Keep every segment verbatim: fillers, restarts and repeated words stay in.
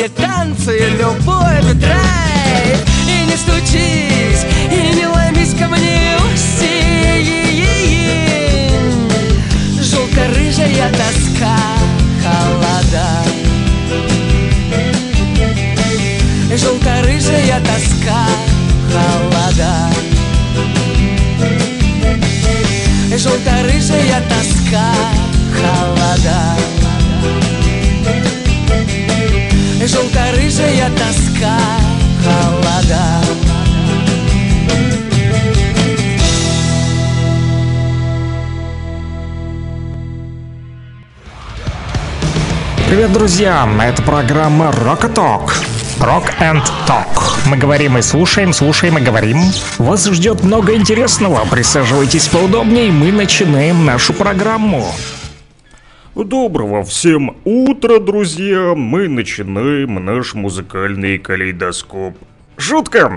Весенние танцы, любовь, драйв. И не стучись, и не ломись ко мне, осень. Желто-рыжая тоска, холода. Желто-рыжая тоска, холода. Желто-рыжая тоска, холода. Желто-рыжая тоска, холода. Привет, друзья! Это программа Rock and Talk. Rock and Talk. Мы говорим и слушаем, слушаем и говорим. Вас ждет много интересного. Присаживайтесь поудобнее, мы начинаем нашу программу. Доброго всем утра, друзья! Мы начинаем наш музыкальный калейдоскоп. Шутка!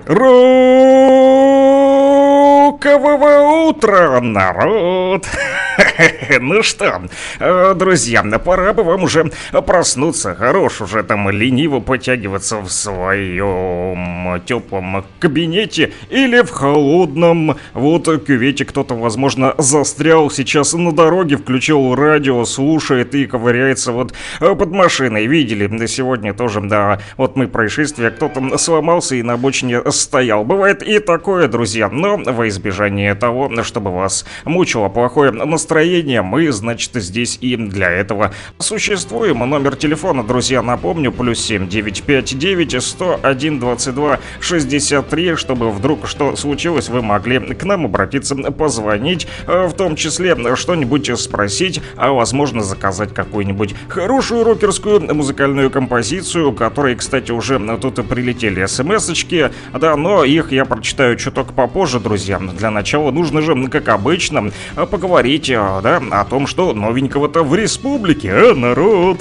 Рокового утра, народ! Ну что, друзья, пора бы вам уже проснуться. Хорош уже там лениво потягиваться в своем теплом кабинете или в холодном вот кювете. Кто-то, возможно, застрял сейчас на дороге, включил радио, слушает и ковыряется вот под машиной. Видели сегодня тоже, да, вот мы происшествие, кто-то сломался и на обочине стоял. Бывает и такое, друзья, но во избежание того, чтобы вас мучило плохое настроение, мы, значит, здесь и для этого существуем. Номер телефона, друзья, напомню, плюс семь девятьсот пятьдесят девять сто один двадцать два шестьдесят три, чтобы вдруг что случилось, вы могли к нам обратиться, позвонить, в том числе что-нибудь спросить, а возможно заказать какую-нибудь хорошую рокерскую музыкальную композицию, которые, кстати, уже тут и прилетели смс-очки, да, но их я прочитаю чуток попозже, друзья. Для начала нужно же, как обычно, поговорить, да, о том, что новенького-то в республике, а, народ?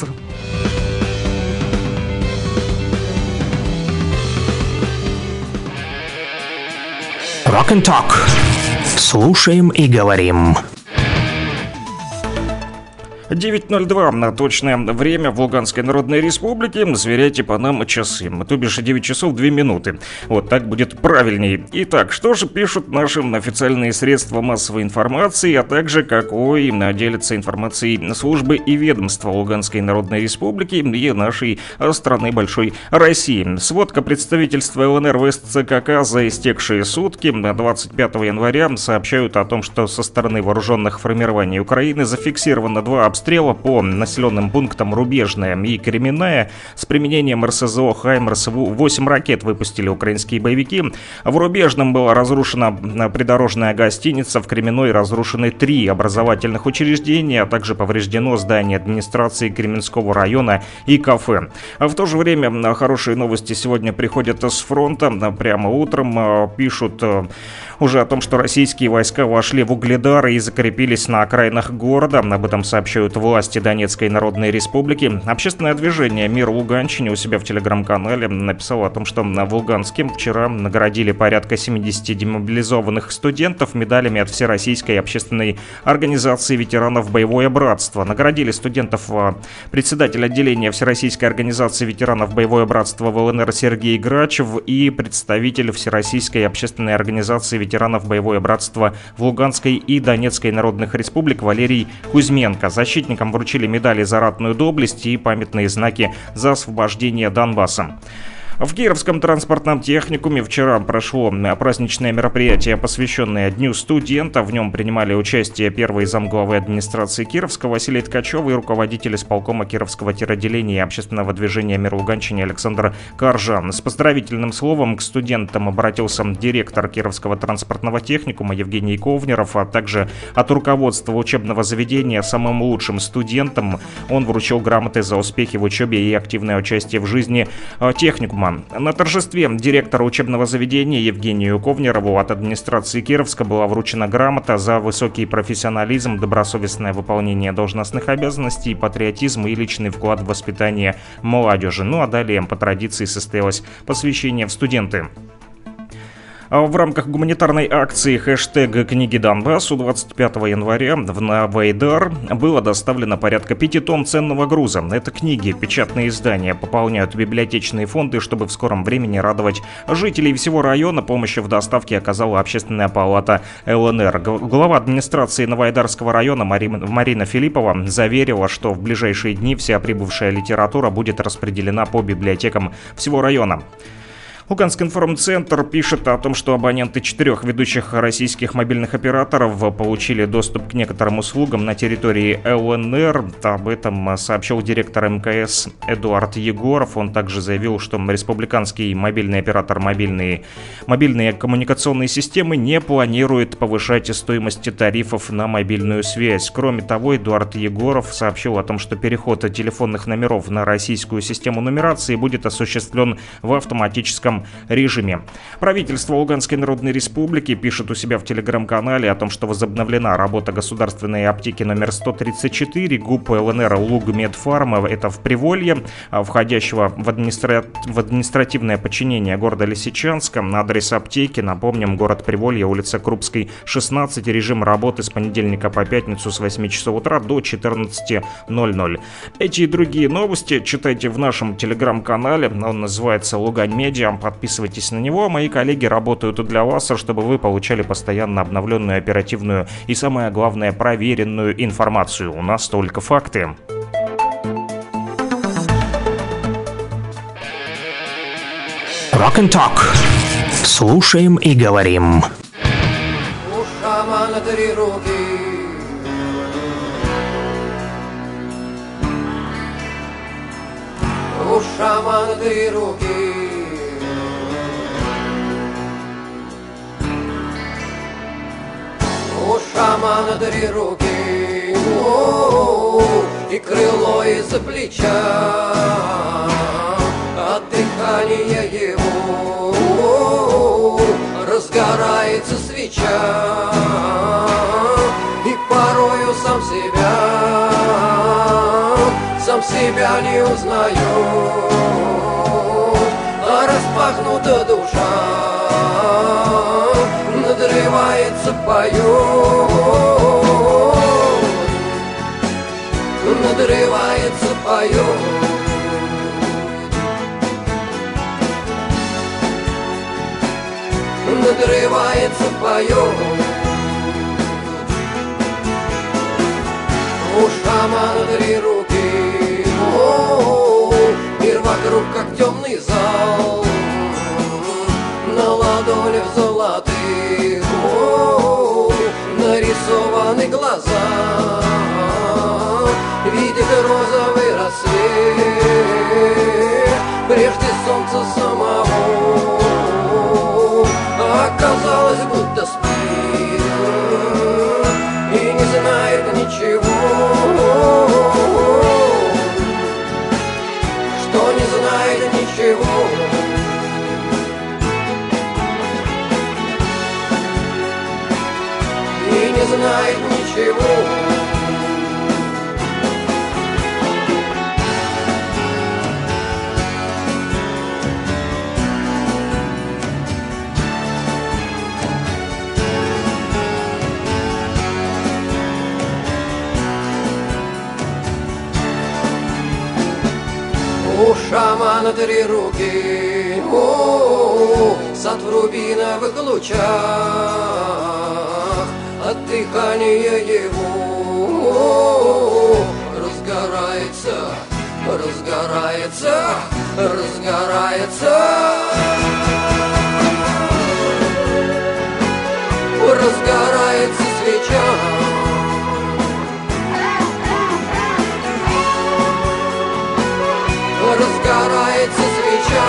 Rock and Talk. Слушаем и говорим. девять ноль два на точное время в Луганской Народной Республике. Сверяйте по нам часы. То бишь девять часов две минуты. Вот так будет правильней. Итак, что же пишут наши официальные средства массовой информации, а также какой делятся информацией службы и ведомства Луганской Народной Республики и нашей страны большой России. Сводка представительства ЛНР в СЦКК за истекшие сутки двадцать пятого января сообщают о том, что со стороны вооруженных формирований Украины зафиксировано два обстрела по населенным пунктам Рубежная и Кременная с применением РСЗО «Хаймерс». восемь ракет выпустили украинские боевики. В Рубежном была разрушена придорожная гостиница, в Кременной разрушены три образовательных учреждения, а также повреждено здание администрации Кременского района и кафе. В то же время хорошие новости сегодня приходят с фронта. Прямо утром пишут уже о том, что российские войска вошли в Угледар и закрепились на окраинах города. Об этом сообщают власти Донецкой Народной Республики. Общественное движение «Мир Луганщине» у себя в телеграм-канале написало о том, что в Луганске вчера наградили порядка семидесяти демобилизованных студентов медалями от Всероссийской общественной организации ветеранов «Боевое братство». Наградили студентов председатель отделения Всероссийской организации ветеранов «Боевое братство» в ЛНР Сергей Грачев и представитель Всероссийской общественной организации ветеранов «Боевое братство» в Луганской и Донецкой Народных Республик Валерий Кузьменко. Защитникам вручили медали за ратную доблесть и памятные знаки за освобождение Донбасса. В Кировском транспортном техникуме вчера прошло праздничное мероприятие, посвященное Дню студента. В нем принимали участие первый замглавы администрации Кировска Василий Ткачев и руководитель исполкома Кировского тиротделения общественного движения «Мир Луганщине» Александр Каржан. С поздравительным словом к студентам обратился директор Кировского транспортного техникума Евгений Ковнеров, а также от руководства учебного заведения самым лучшим студентам он вручил грамоты за успехи в учебе и активное участие в жизни техникума. На торжестве директора учебного заведения Евгению Ковнерову от администрации Кировска была вручена грамота за высокий профессионализм, добросовестное выполнение должностных обязанностей, патриотизм и личный вклад в воспитание молодежи. Ну а далее по традиции состоялось посвящение в студенты. В рамках гуманитарной акции хэштег «Книги Донбассу» двадцать пятого января в Новоайдар было доставлено порядка пяти тонн ценного груза. Это книги, печатные издания пополняют библиотечные фонды, чтобы в скором времени радовать жителей всего района. Помощи в доставке оказала Общественная палата ЛНР. Глава администрации Новоайдарского района Марина, Марина Филиппова заверила, что в ближайшие дни вся прибывшая литература будет распределена по библиотекам всего района. Луганский информцентр пишет о том, что абоненты четырех ведущих российских мобильных операторов получили доступ к некоторым услугам на территории ЛНР. Об этом сообщил директор МКС Эдуард Егоров. Он также заявил, что республиканский мобильный оператор мобильные, мобильные коммуникационные системы не планирует повышать стоимость тарифов на мобильную связь. Кроме того, Эдуард Егоров сообщил о том, что переход телефонных номеров на российскую систему нумерации будет осуществлен в автоматическом режиме. Правительство Луганской Народной Республики пишет у себя в телеграм-канале о том, что возобновлена работа государственной аптеки номер сто тридцать четыре ГУП ЛНР Лугмедфарма, это в Приволье, входящего в, администра... в административное подчинение города Лисичанска. Адрес аптеки, напомним, город Приволье, улица Крупской, шестнадцать, режим работы с понедельника по пятницу с восьми часов утра до четырнадцати ноль-ноль. Эти и другие новости читайте в нашем телеграм-канале, он называется Лугань Медиа. Подписывайтесь на него. Мои коллеги работают для вас, чтобы вы получали постоянно обновленную, оперативную и, самое главное, проверенную информацию. У нас только факты. Rock and Talk. Слушаем и говорим. У шамана три руки. У шамана три руки. У шамана три руки, о-о-о, и крыло из-за плеча, от дыхания его о-о-о, разгорается свеча, и порою сам себя, сам себя не узнаю, а распахнута душа. Надрывается, поет, надрывается, поет, надрывается, поет. У шамана три руки, о-о-о, мир вокруг как темный зал, на ладонях золотых нарисованы глаза, видит розовый рассвет, прежде солнца самого, оказалось, будто спит и не знает ничего, что не знает ничего. Не знает ничего. У шамана три руки, о-о-о, сад в рубиновых лучах, от дыхания его о-о-о, разгорается, разгорается, разгорается, разгорается свеча. Разгорается свеча.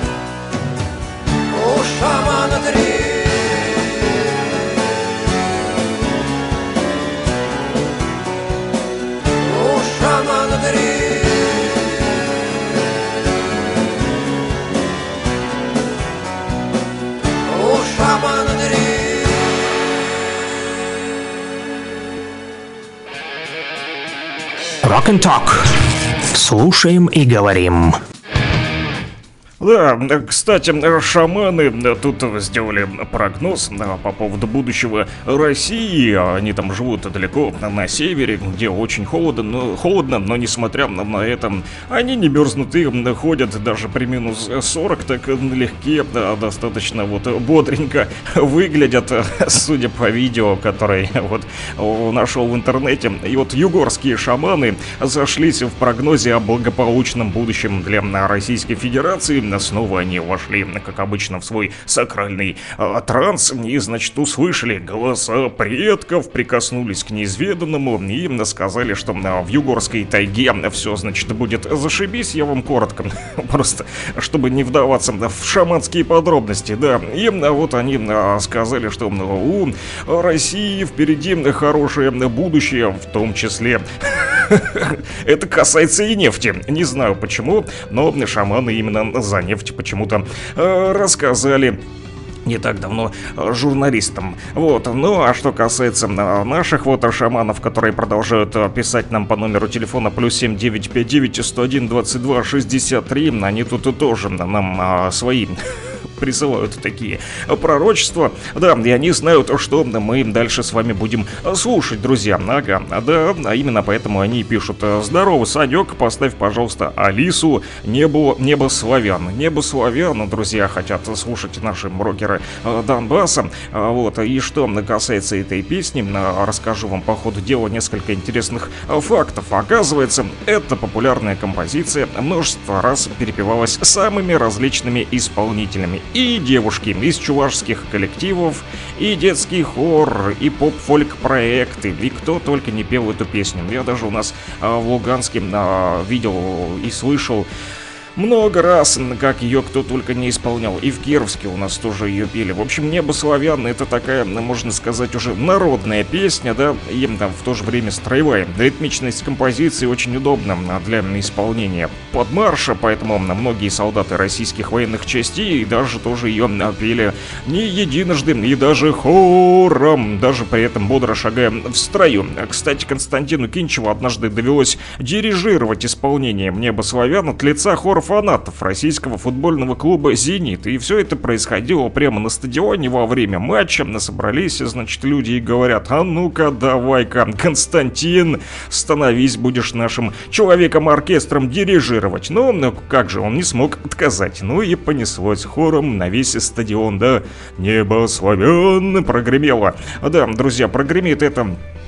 У шамана три and Talk. Слушаем и говорим. Да, кстати, шаманы тут сделали прогноз по поводу будущего России. Они там живут далеко на севере, где очень холодно, но, холодно, но несмотря на это, они не мерзнут и ходят даже при минус сорок, так налегке, достаточно вот бодренько выглядят, судя по видео, которое вот нашел в интернете. И вот югорские шаманы зашлись в прогнозе о благополучном будущем для Российской Федерации. Снова они вошли, как обычно, в свой сакральный а, транс и, значит, услышали голоса предков, прикоснулись к неизведанному и сказали, что а, в югорской тайге все, значит, будет зашибись. Я вам коротко, просто, чтобы не вдаваться в шаманские подробности, да. И а, вот они а, сказали, что у России впереди хорошее будущее, в том числе... Это касается и нефти. Не знаю почему, но шаманы именно за нефть почему-то э, рассказали не так давно журналистам. Вот. Ну, а что касается наших вот шаманов, которые продолжают писать нам по номеру телефона плюс семь девять пять девять сто один двадцать два шестьдесят три, они тут и тоже нам а, свои присылают такие пророчества. Да, и они знают, что мы дальше с вами будем слушать, друзья. Ага, да, а именно поэтому они пишут: здорово, Санек, поставь, пожалуйста, Алису, небо, небо славян. Небо славян, друзья, хотят слушать наши рокеры Донбасса. Вот, и что касается этой песни, расскажу вам по ходу дела несколько интересных фактов. Оказывается, эта популярная композиция множество раз перепевалась самыми различными исполнителями. И девушки из чувашских коллективов, и детский хор, и поп-фольк проекты, и кто только не пел эту песню. Я даже у нас а, в Луганске а, видел и слышал много раз, как ее кто только не исполнял. И в Кировске у нас тоже ее пели. В общем, «Небо славян» — это такая, можно сказать, уже народная песня, да, и там в то же время строевая. Ритмичность композиции очень удобна для исполнения под марша, поэтому многие солдаты российских военных частей даже тоже ее пели не единожды и даже хором, даже при этом бодро шагая в строю. Кстати, Константину Кинчеву однажды довелось дирижировать исполнением «Небо славян» от лица хора фанатов российского футбольного клуба «Зенит». И все это происходило прямо на стадионе во время матча. Собрались, значит, люди и говорят: а ну-ка, давай-ка, Константин, становись, будешь нашим человеком-оркестром дирижировать. Но ну, как же, он не смог отказать. Ну и понеслось хором на весь стадион, да. «Небо славян» прогремело. Да, друзья, прогремит это...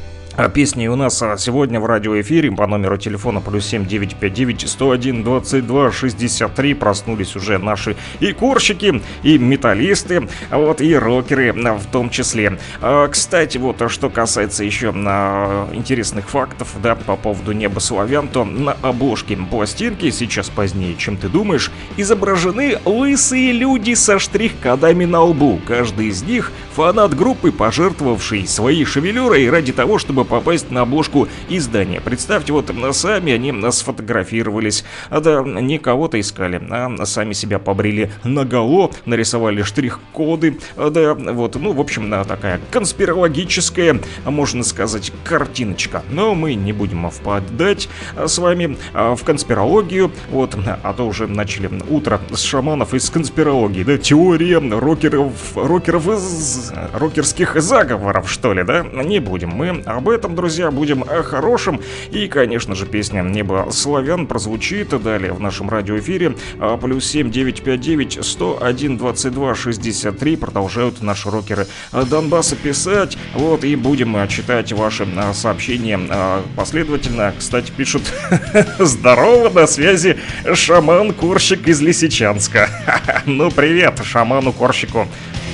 Песни у нас сегодня в радиоэфире по номеру телефона плюс семь девять пять девять сто один двадцать два шестьдесят три. Проснулись уже наши и курщики, и металлисты, вот, и рокеры в том числе. Кстати, вот что касается еще интересных фактов, да, по поводу «Неба славян», то на обложке пластинки, сейчас позднее, чем ты думаешь, изображены лысые люди со штрих-кодами на лбу. Каждый из них фанат группы, пожертвовавший своей шевелюрой ради того, чтобы попасть на обложку издания. Представьте, вот сами они сфотографировались, а да, не кого-то искали, а сами себя побрили наголо, нарисовали штрих-коды, а да, вот, ну, в общем, такая конспирологическая, можно сказать, картиночка. Но мы не будем впадать с вами в конспирологию, вот, а то уже начали утро с шаманов из конспирологии, да, теория рокеров, рокеров из рокерских заговоров, что ли, да, не будем мы об этом, друзья, будем о хорошем. И, конечно же, песня «Небо славян» прозвучит далее в нашем радиоэфире. Плюс семь девять пять девять сто один двадцать два шестьдесят три. Продолжают наши рокеры Донбасса писать. Вот, и будем читать ваши сообщения последовательно. Кстати, пишут: здорово, на связи шаман-курщик из Лисичанска. Ну, привет шаману-курщику.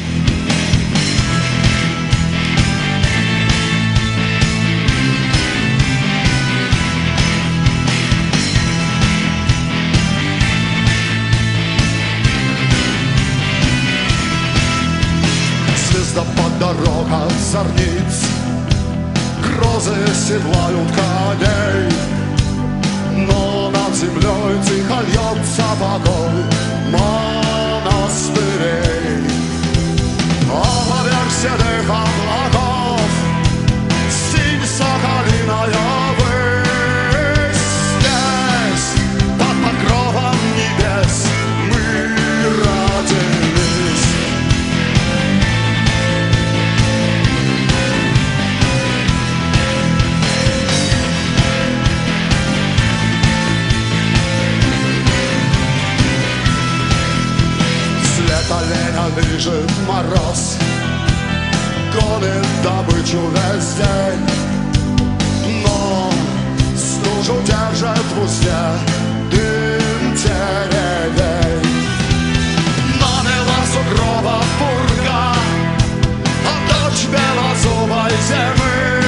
Дорога зорниц, грозы седлают коней, но над землей тихо льется покой монастырей. А поверх седых облаков синь соколиная высь, мороз гонит добычу весь день, но стужу держит в узде дым теревей. Намела сугроба пурга, а дочь белозубой зимы.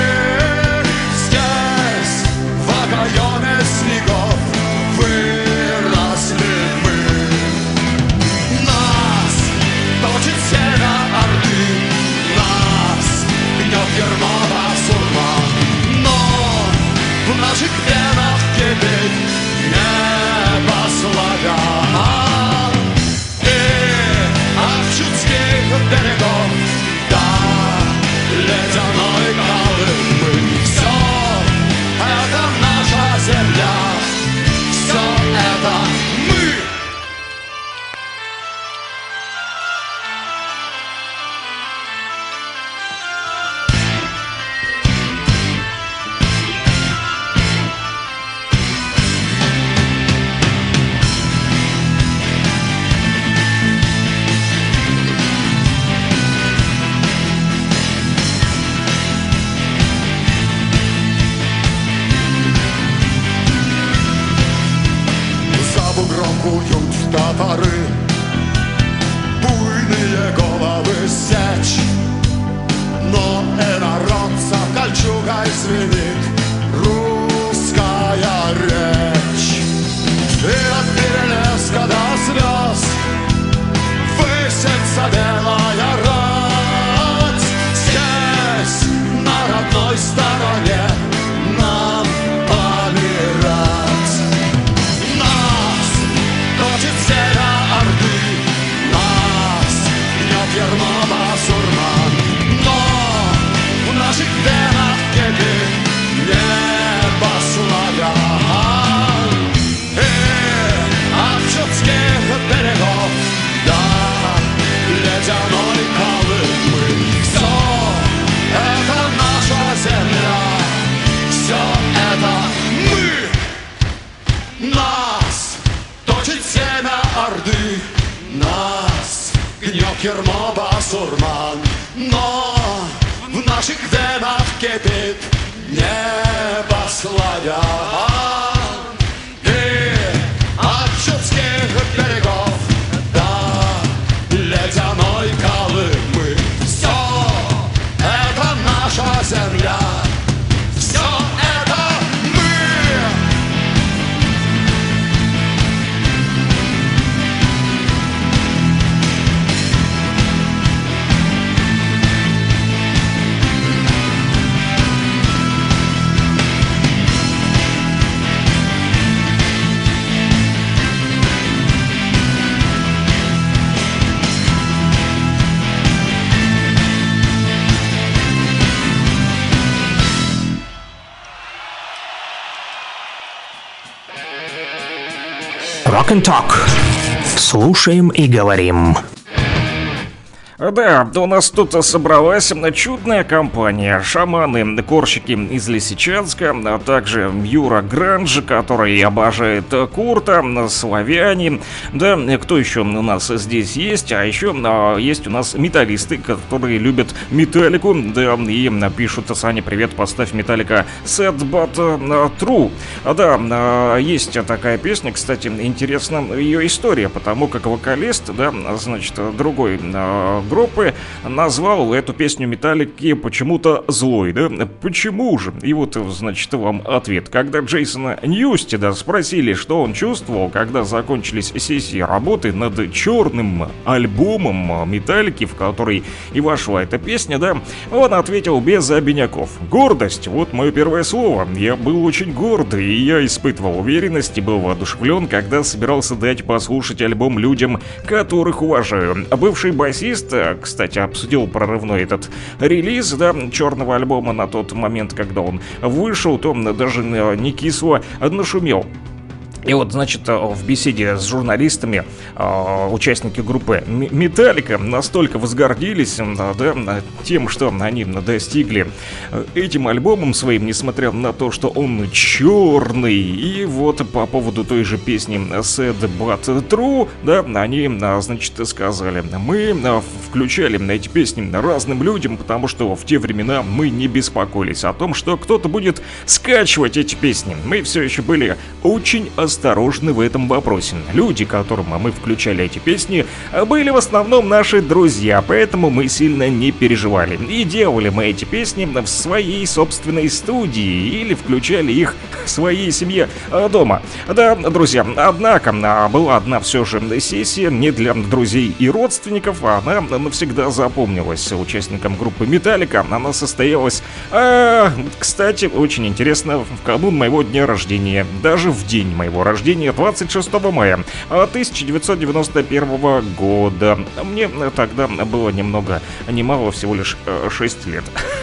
Здесь, в окоеме снегов, выросли мы. Нас точит север Орды, нас гнет Ермова сурма, но в наших венах кипит небо славян. И от чудских берегов до ледяной Колымы все это наша земля, все это мы. За бугром куют топоры, буйные головы сечь, но инородца кольчугой звенит русская речь. И от перелеска до слез высится белая рать. Здесь, на родной стороне, нам помирать. Нас точит север Орды, нас гнет Ермова сурма, но в наших венах кипит небо славян. И от чудских берегов до ледяной Колымы все это наша земля, все это мы. Нас точит семя Орды, нас гнет ермо басурман, но в наших венах кипит небо славян. И от чудских берегов до ледяной Колымы все это наша земля, все это мы. Rock and Talk. Слушаем и говорим. Да, у нас тут собралась чудная компания. Шаманы, корщики из Лисичанска, а также Юра Гранж, который обожает Курта, славяне. Да, кто еще у нас здесь есть? А еще а, есть у нас металлисты, которые любят металлику. Да, и пишут: Саня, привет, поставь Металлика Sad But True. А, да, есть такая песня, кстати, интересна ее история, потому как вокалист, да, значит, другой группы назвал эту песню Металлики почему-то злой, да? Почему же? И вот, значит, вам ответ. Когда Джейсона Ньюстеда спросили, что он чувствовал, когда закончились сессии работы над черным альбомом Металлики, в который и вошла эта песня, да, он ответил без обиняков: гордость, вот мое первое слово. Я был очень горд, и я испытывал уверенность и был воодушевлен, когда собирался дать послушать альбом людям, которых уважаю. А бывший басист, кстати, обсудил прорывной этот релиз, да, черного альбома на тот момент, когда он вышел, то даже не кисло нашумел. И вот, значит, в беседе с журналистами участники группы Металлика настолько возгордились, да, тем, что они достигли этим альбомом своим, несмотря на то, что он черный. И вот по поводу той же песни Sad But True, да, они, значит, сказали: мы включали на эти песни разным людям, потому что в те времена мы не беспокоились о том, что кто-то будет скачивать эти песни. Мы все еще были очень осторожны в этом вопросе. Люди, которым мы включали эти песни, были в основном наши друзья, поэтому мы сильно не переживали. И делали мы эти песни в своей собственной студии или включали их в своей семье дома. Да, друзья, однако была одна все же сессия не для друзей и родственников, а она навсегда запомнилась участникам группы Металлика. Она состоялась, а, кстати, очень интересно, в канун моего дня рождения, даже в день моего рождения, двадцать шестого мая тысяча девятьсот девяносто первого года. Мне тогда было ни много ни мало, всего лишь шесть лет.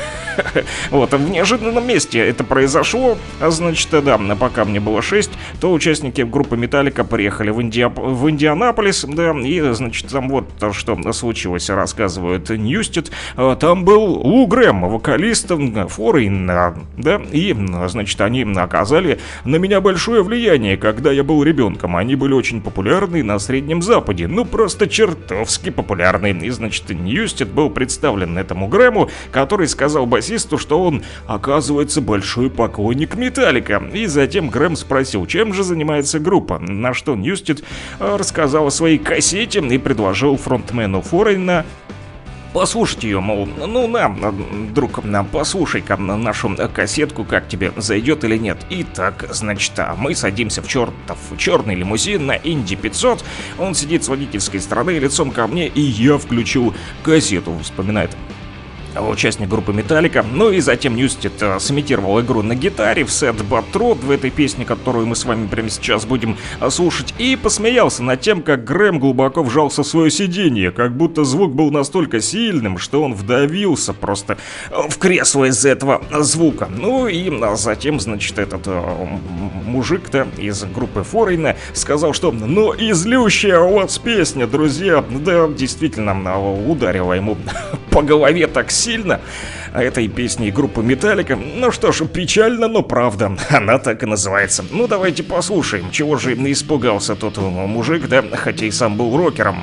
Вот, в неожиданном месте это произошло. Значит, да, пока мне было шесть, то участники группы Металлика приехали в, Инди... в Индианаполис, да, и, значит, там вот что случилось, рассказывают Ньюстед. Там был Лу Грэм, вокалист Форейн, да, и, значит, они оказали на меня большое влияние, когда я был ребенком. Они были очень популярны на Среднем Западе, ну, просто чертовски популярны. И, значит, Ньюстед был представлен этому Грэму, который сказал басисту, что он, оказывается, большой поклонник Металлика. И затем Грэм спросил, чем же занимается группа, на что Ньюстед рассказал о своей кассете и предложил фронтмену Форейна послушать ее, мол, ну на, друг, на, послушай-ка нашу кассетку, как тебе зайдет или нет. И так, значит, мы садимся в чертов черный лимузин на Инди пятьсот, он сидит с водительской стороны лицом ко мне, и я включил кассету, вспоминает участник группы Металлика. Ну и затем Ньюстед э, сымитировал игру на гитаре в Sad But True, в этой песне, которую мы с вами прямо сейчас будем э, слушать, и посмеялся над тем, как Грэм глубоко вжался в свое сиденье, как будто звук был настолько сильным, что он вдавился просто э, в кресло из-за этого звука. Ну и э, затем, значит, этот э, мужик-то из группы Форейна сказал, что ну и злющая у вас песня, друзья. Да, действительно, э, ударила ему по голове так сильно этой песней группы Металлика. Ну что ж, печально, но правда. Она так и называется. Ну давайте послушаем, чего же испугался тот мужик, да, хотя и сам был рокером.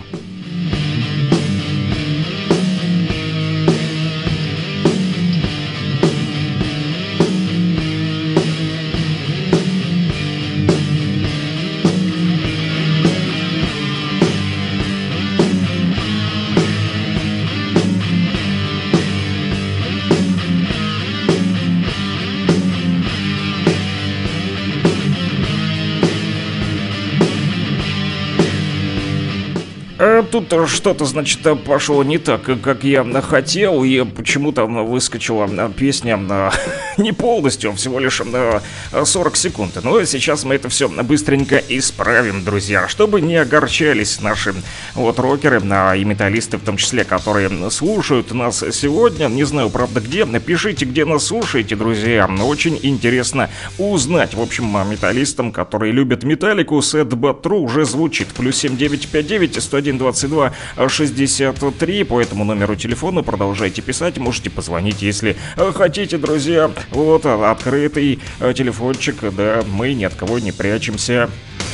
Тут что-то, значит, пошло не так, как я хотел, и почему-то выскочила песня не полностью, всего лишь сорок секунд. Но сейчас мы это все быстренько исправим, друзья, чтобы не огорчались наши вот рокеры и металлисты, в том числе, которые слушают нас сегодня. Не знаю, правда, где. Напишите, где нас слушаете, друзья. Очень интересно узнать. В общем, металлистам, которые любят Металлику, Sad But True уже звучит. Плюс семь девять пять девять сто один двадцать два шестьдесят три. По этому номеру телефона продолжайте писать. Можете позвонить, если хотите, друзья. Вот, открытый телефончик. Да, мы ни от кого не прячемся.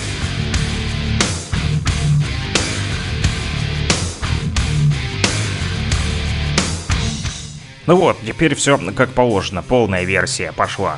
Ну вот, теперь все как положено. Полная версия пошла.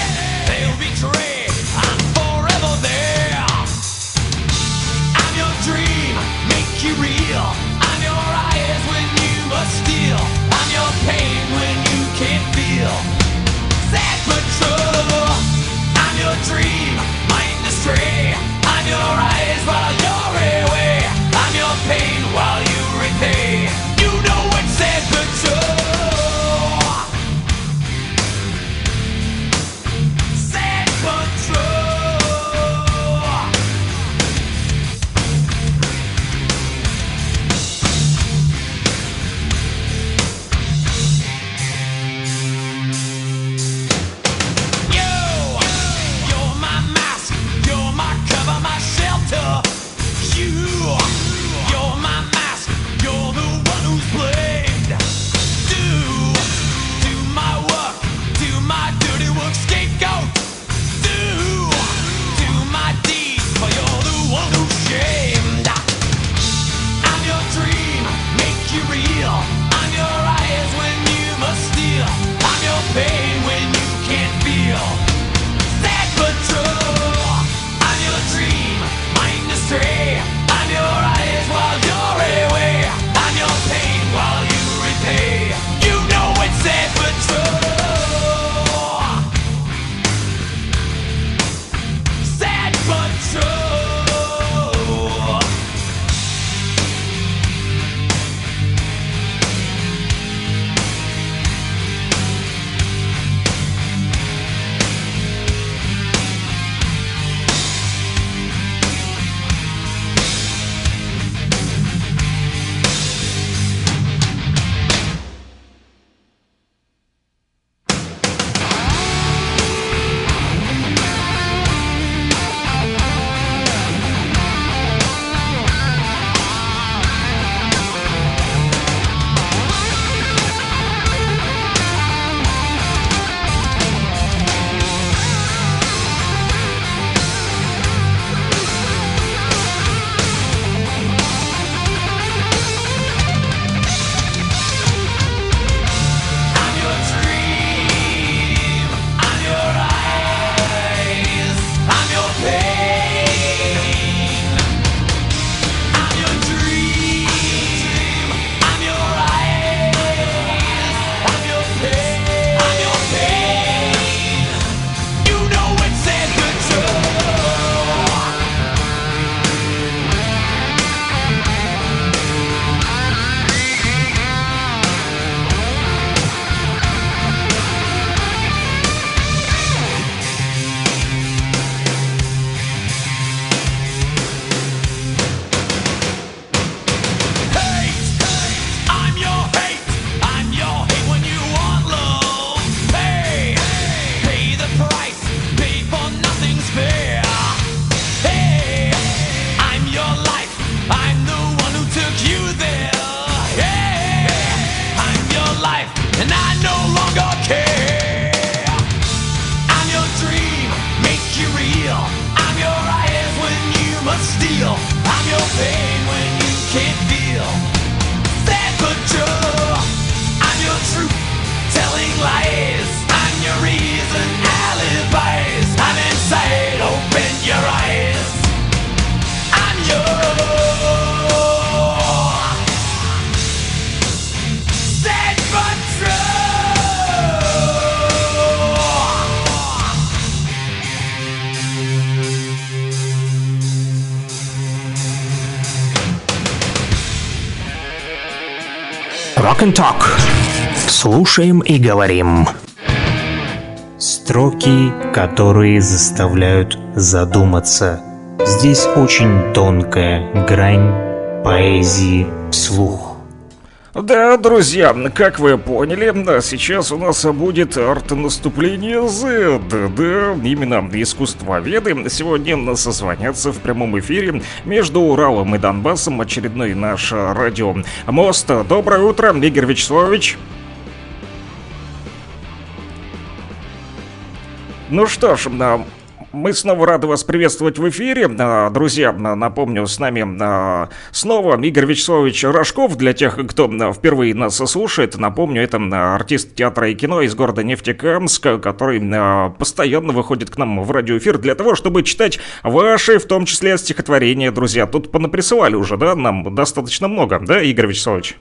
Dream Rock and Talk. Слушаем и говорим. Строки, которые заставляют задуматься. Здесь очень тонкая грань поэзии вслух. Да, друзья, как вы поняли, сейчас у нас будет арт-наступление Z. Да, именно искусствоведы сегодня созвонятся в прямом эфире между Уралом и Донбассом. Очередной наш радиомост. Доброе утро, Игорь Вячеславович. Ну что ж, мы снова рады вас приветствовать в эфире. Друзья, напомню, с нами снова Игорь Вячеславович Рожков. Для тех, кто впервые нас слушает, напомню, это артист театра и кино из города Нефтекамск, который постоянно выходит к нам в радиоэфир для того, чтобы читать ваши, в том числе, стихотворения. Друзья, тут понаприсылали уже, да, нам достаточно много, да, Игорь Вячеславович?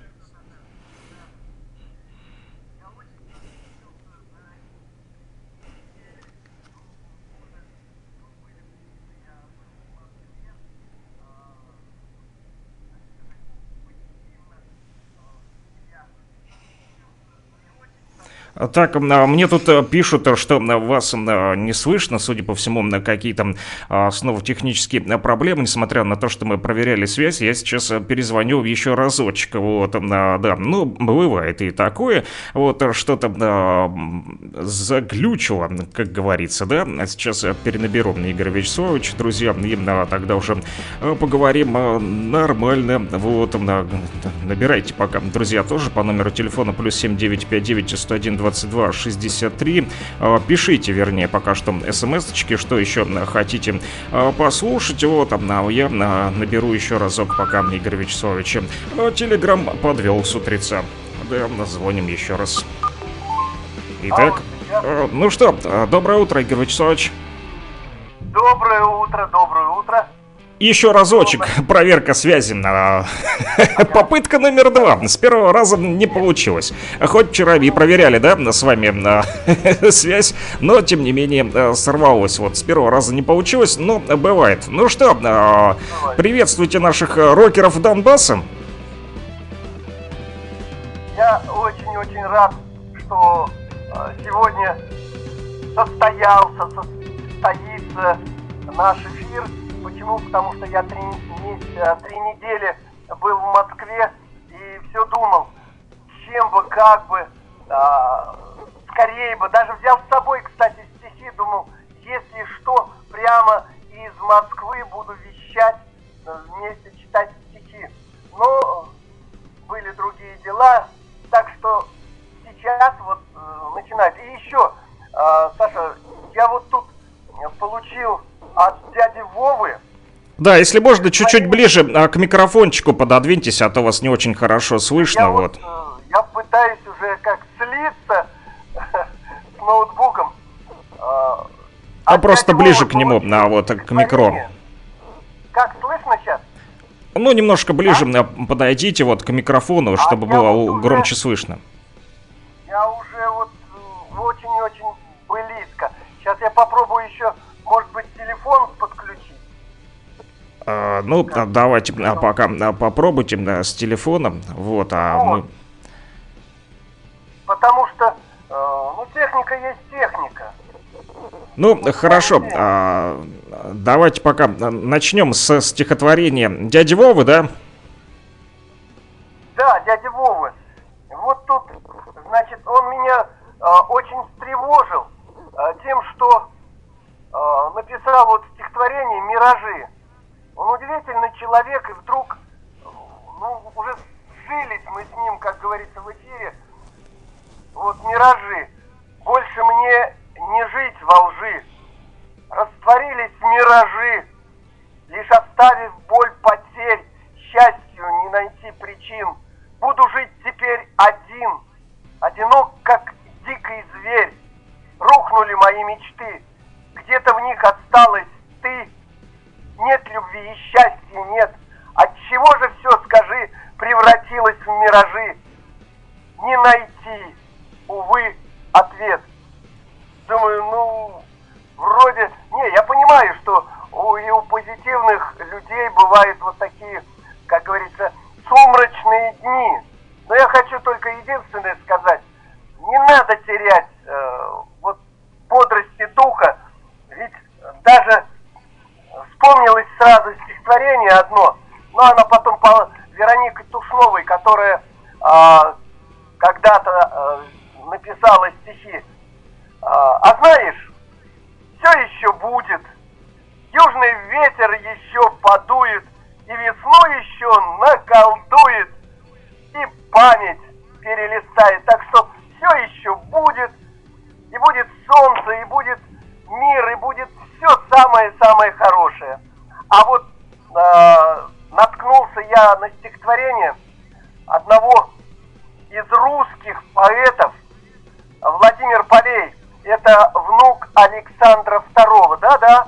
Так, мне тут пишут, что вас не слышно, судя по всему, какие-то снова технические проблемы, несмотря на то, что мы проверяли связь. Я сейчас перезвоню еще разочек, вот, да, ну, бывает и такое, вот, что-то да, заглючило, как говорится, да, сейчас перенаберу Игоря Вячеславовича, друзья, и тогда уже поговорим нормально, вот, набирайте пока, друзья, тоже по номеру телефона плюс семь девять пять девять сто один двадцать два шестьдесят три. Пишите, вернее, пока что смс-очки, что еще хотите послушать. Вот, я наберу еще разок, пока мне Игорь Вячеславович телеграм подвел с утреца. Да, назвоним еще раз. Итак, ну что, доброе утро, Игорь Вячеславович. Доброе утро, доброе утро. Еще разочек, проверка связи. Попытка номер два. С первого раза не получилось. Хоть вчера и проверяли, да, с вами связь, но тем не менее сорвалось. Вот с первого раза не получилось, но бывает. Ну что, приветствуйте наших рокеров Донбасса. Я очень-очень рад, что сегодня состоялся, состоится наш эфир. Почему? Потому что я три, три недели был в Москве и все думал, чем бы, как бы, а, скорее бы, даже взял с собой, кстати, стихи, думал, если что, прямо из Москвы буду вещать, вместе читать стихи. Но были другие дела, так что сейчас вот э, начинать. И еще, э, Саша, я вот тут получил от дяди Вовы. Да, если можно, чуть-чуть ближе а, к микрофончику пододвиньтесь, а то вас не очень хорошо слышно. Я, вот. вот, я пытаюсь уже как слиться с ноутбуком. А, а просто ближе к нему, а, вот, к микро. Как слышно сейчас? Ну, немножко ближе а? подойдите вот к микрофону, чтобы а было вот громче уже, слышно. Я уже вот очень-очень близко. Сейчас я попробую еще, может быть, телефон подключить. А, ну, как? Давайте а, пока а, попробуйте а, с телефоном. Вот, а вот. мы... Потому что, э, ну, техника есть техника. Ну, ну хорошо. А, давайте пока начнем со стихотворения дяди Вовы, да? Да, дядя Вовы. Вот тут, значит, он меня э, очень встревожил э, тем, что э, написал вот стихотворение «Миражи». Он удивительный человек, и вдруг, ну, уже сжились мы с ним, как говорится в эфире, вот миражи. Больше мне не жить во лжи. Растворились миражи, лишь оставив боль потерь, счастью не найти причин. Буду жить теперь один, одинок, как дикий зверь. Рухнули мои мечты, где-то в них осталась ты. Нет любви и счастья нет. Отчего же все, скажи, превратилось в миражи? Не найти, увы, ответ. Думаю, ну, вроде... Не, я понимаю, что у, и у позитивных людей бывают вот такие, как говорится, сумрачные дни. Но Но я хочу только единственное сказать. Не надо терять э, вот бодрости духа. Ведь даже вспомнилось сразу стихотворение одно, но оно потом по Веронике Тушновой, которая э, когда-то э, написала стихи. Э, а знаешь, все еще будет. Южный ветер еще подует, и весну еще наколдует, и память перелистает. Так что все еще будет, и будет солнце, и будет мир, и будет все самое-самое хорошее. А вот э, наткнулся я на стихотворение одного из русских поэтов, Владимир Полей. Это внук Александра Второго, да-да?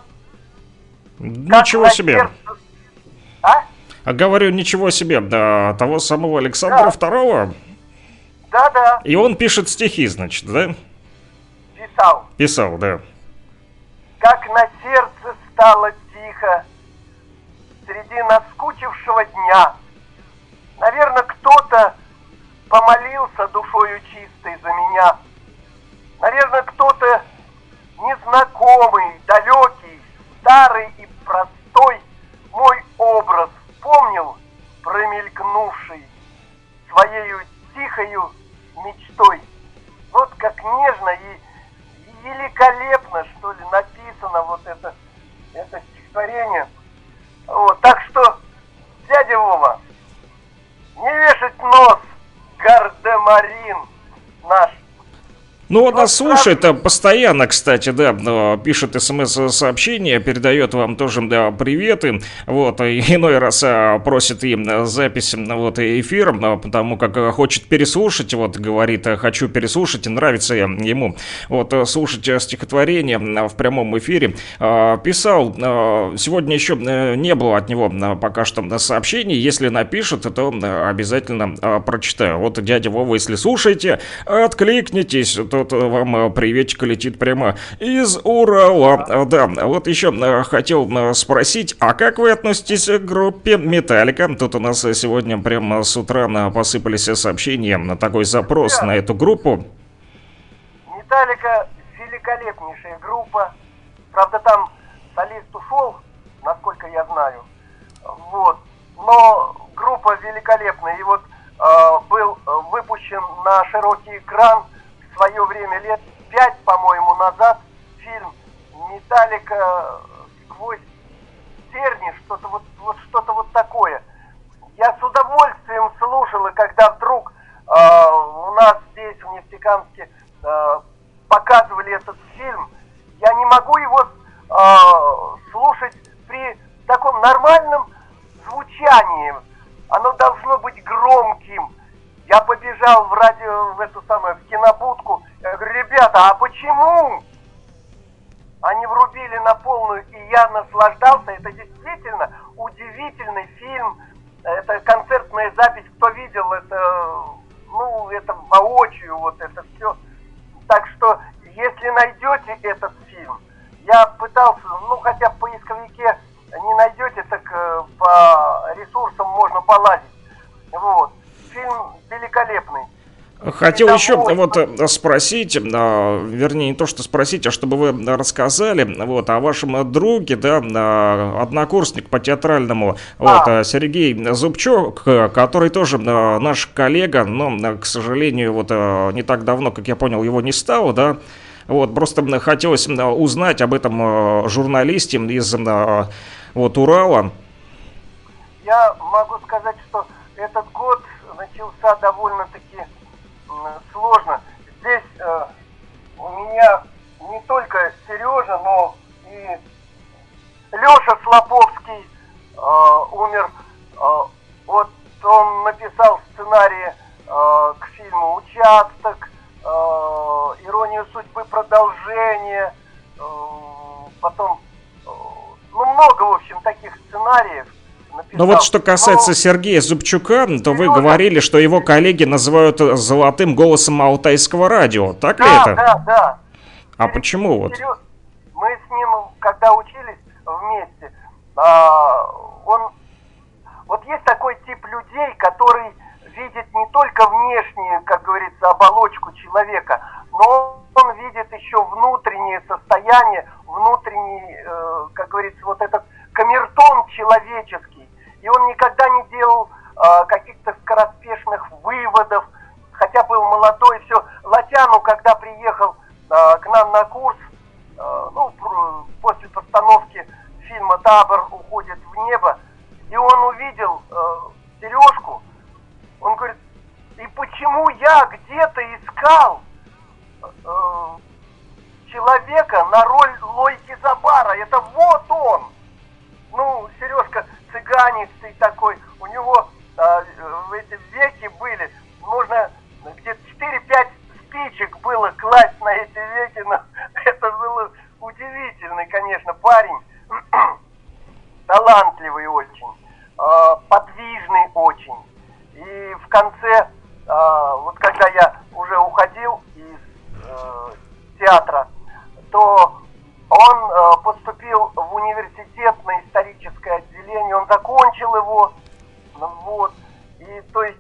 Ничего себе. Сердце... А? А говорю, ничего себе, да, того самого Александра Да. Второго. Да-да, И он пишет стихи, значит, да? писал. Писал, да. Как на сердце стало тихо среди наскучившего дня. Наверное, кто-то помолился душою чистой за меня. Наверное, кто-то незнакомый, далекий, старый и простой мой образ помнил, промелькнувший своею тихою мечтой. Вот как нежно и, и великолепно, что ли, написано вот это, это стихотворение. Вот, так что, дядя Вова, не вешать нос, гардемарин наш. Ну, он нас слушает а, постоянно, кстати, да, но пишет смс-сообщения, передает вам тоже, да, приветы, вот, и иной раз а, просит и запись, вот, эфира, потому как а, хочет переслушать, вот, говорит, а, хочу переслушать, нравится ему, вот, слушать стихотворение в прямом эфире. А, писал, а, сегодня еще не было от него а, пока что сообщений, если напишет, то а, обязательно а, прочитаю. Вот, дядя Вова, если слушаете, откликнитесь, тут вам приветик летит прямо из Урала. Да, вот еще хотел спросить, а как вы относитесь к группе Металлика? Тут у нас сегодня прямо с утра посыпались сообщения на такой запрос на эту группу. Металлика великолепнейшая группа. Правда, там солист ушел, насколько я знаю. Вот. Но группа великолепная. И вот э, был выпущен на широкий экран в свое время, лет пять, по-моему, назад, фильм «Металлика сквозь терни», что-то вот, вот, что-то вот такое. Я с удовольствием слушал, и когда вдруг э, у нас здесь, в Нефтекамске, э, показывали этот фильм, я не могу его э, слушать при таком нормальном звучании. Оно должно быть громким. Я побежал в радио, в эту самую, в кинобудку. Я говорю, ребята, а почему? Они врубили на полную, и я наслаждался. Это действительно удивительный фильм. Это концертная запись. Кто видел, это, ну, это воочию, вот это все. Так что, если найдете этот фильм, я пытался, ну, хотя в поисковике не найдете, так э, по ресурсам можно полазить. Вот. Фильм великолепный. Хотел еще вот спросить, вернее, не то, что спросить, а чтобы вы рассказали вот о вашем друге, да, однокурсник по театральному, вот, а. Сергей Зубчук, который тоже наш коллега, но, к сожалению, вот не так давно, как я понял, его не стало, да. Вот, просто хотелось узнать об этом журналисте из вот Урала. Я могу сказать, что этот год начался довольно-таки сложно. Здесь э, у меня не только Сережа, но и Леша Слоповский э, умер. Э, вот он написал сценарий э, к фильму «Участок», э, «Иронию судьбы», продолжение, э, потом, э, ну, много, в общем, таких сценариев. Ну вот что касается Но... Сергея Зубчука, то вы говорили, что его коллеги называют золотым голосом алтайского радио. Так да, ли это? Да, да. А Серег... почему вот? Серег... Мы с ним, когда учились вместе, а, он... Вот есть такой тип людей, который видит не только внешнюю, как говорится, оболочку человека, но он видит еще внутреннее состояние, внутренний, э, как говорится, вот этот камертон человеческий. И он никогда не делал э, каких-то скороспешных выводов, хотя был молодой, все. Латяну, когда приехал э, к нам на курс, э, ну, после постановки фильма «Табор уходит в небо», и он увидел э, Сережку, он говорит, и почему я где-то искал э, человека на роль Лойки Забара, это вот он. Ну, Сережка цыганистый такой, у него э, эти веки были, можно где-то четыре-пять спичек было класть на эти веки, но это было удивительный, конечно, парень, талантливый очень, э, подвижный очень. И в конце, э, вот когда я уже уходил из э, театра, то он э, поступил в университет на историческое отделение, он закончил его, вот, и то есть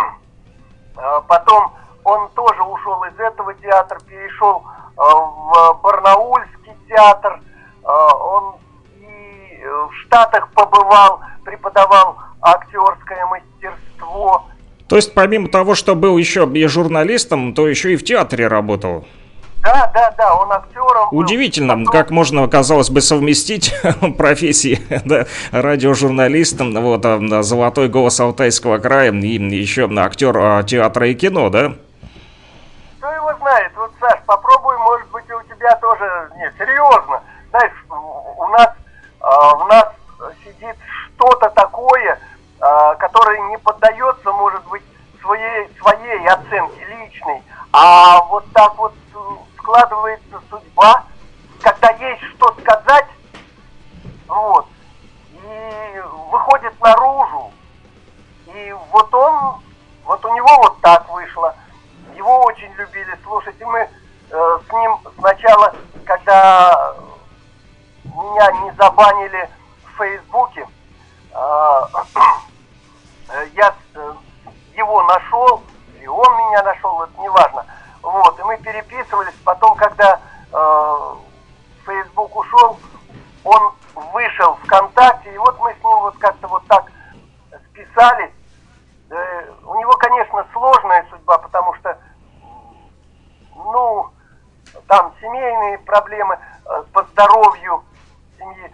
э, потом он тоже ушел из этого театра, перешел э, в Барнаульский театр, э, он и в Штатах побывал, преподавал актерское мастерство. То есть помимо того, что был еще и журналистом, то еще и в театре работал. Да, да, да, он актером. Удивительно, был. как можно, казалось бы, совместить профессии, да, радиожурналистом, вот, а, золотой голос Алтайского края и еще актер а, театра и кино, да? Кто его знает? Вот, Саш, попробуй, может быть, и у тебя тоже... Нет, серьезно. Знаешь, у нас, а, в нас сидит что-то такое, а, которое не поддается, может быть, своей, своей оценке личной, а вот так вот складывается судьба, когда есть что сказать, вот, и выходит наружу, и вот он, вот у него вот так вышло, его очень любили слушать, и мы э, с ним сначала, когда меня не забанили в Фейсбуке, э, я э, его нашел, и он меня нашел, это не важно. Вот, и мы переписывались, потом, когда э, Facebook ушел, он вышел ВКонтакте, и вот мы с ним вот как-то вот так списались. Э, у него, конечно, сложная судьба, потому что, ну, там семейные проблемы э, по здоровью семьи,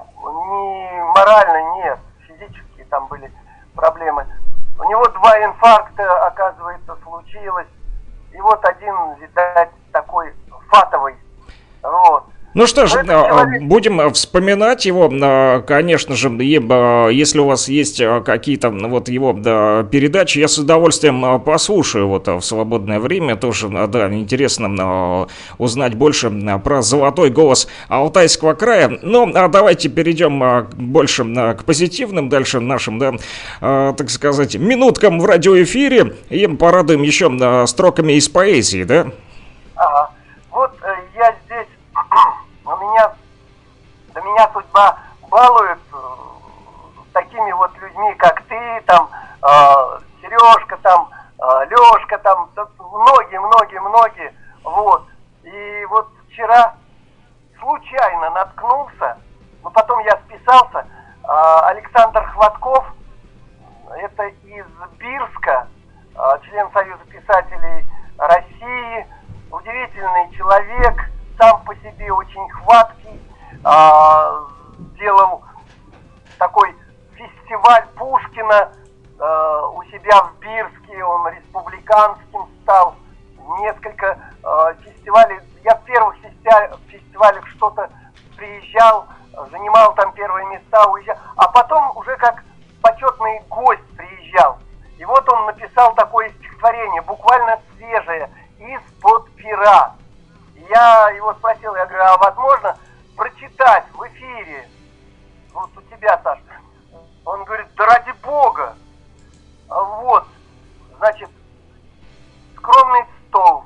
не морально, нет, физические там были проблемы. У него два инфаркта, оказывается, случилось. И вот один, видать, такой фатовый. Вот. Ну что ж, человек... будем вспоминать его, конечно же, если у вас есть какие-то вот его передачи, я с удовольствием послушаю вот в свободное время, тоже, да, интересно узнать больше про золотой голос Алтайского края. Но давайте перейдем больше к позитивным, дальше нашим, да, так сказать, минуткам в радиоэфире и порадуем еще строками из поэзии, да? Ага. Вот я здесь... У меня, да меня судьба балует э, такими вот людьми, как ты, там, э, Сережка, там, э, Лешка, там, многие, многие, многие, вот. И вот вчера случайно наткнулся, но потом я списался, э, Александр Хватков, это из Бирска, э, член Союза писателей России, удивительный человек, сам по себе очень хваткий, а, делал такой фестиваль Пушкина а, у себя в Бирске, он республиканским стал, несколько а, фестивалей, я в первых фестивалях, фестивалях что-то приезжал, занимал там первые места, уезжал, а потом уже как почетный гость приезжал, и вот он написал такое стихотворение, буквально свежее, из-под пера. Я его спросил, я говорю, а возможно прочитать в эфире, вот у тебя, Саш? Он говорит, да ради бога. Вот, значит, скромный стол,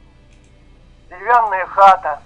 деревянная хата,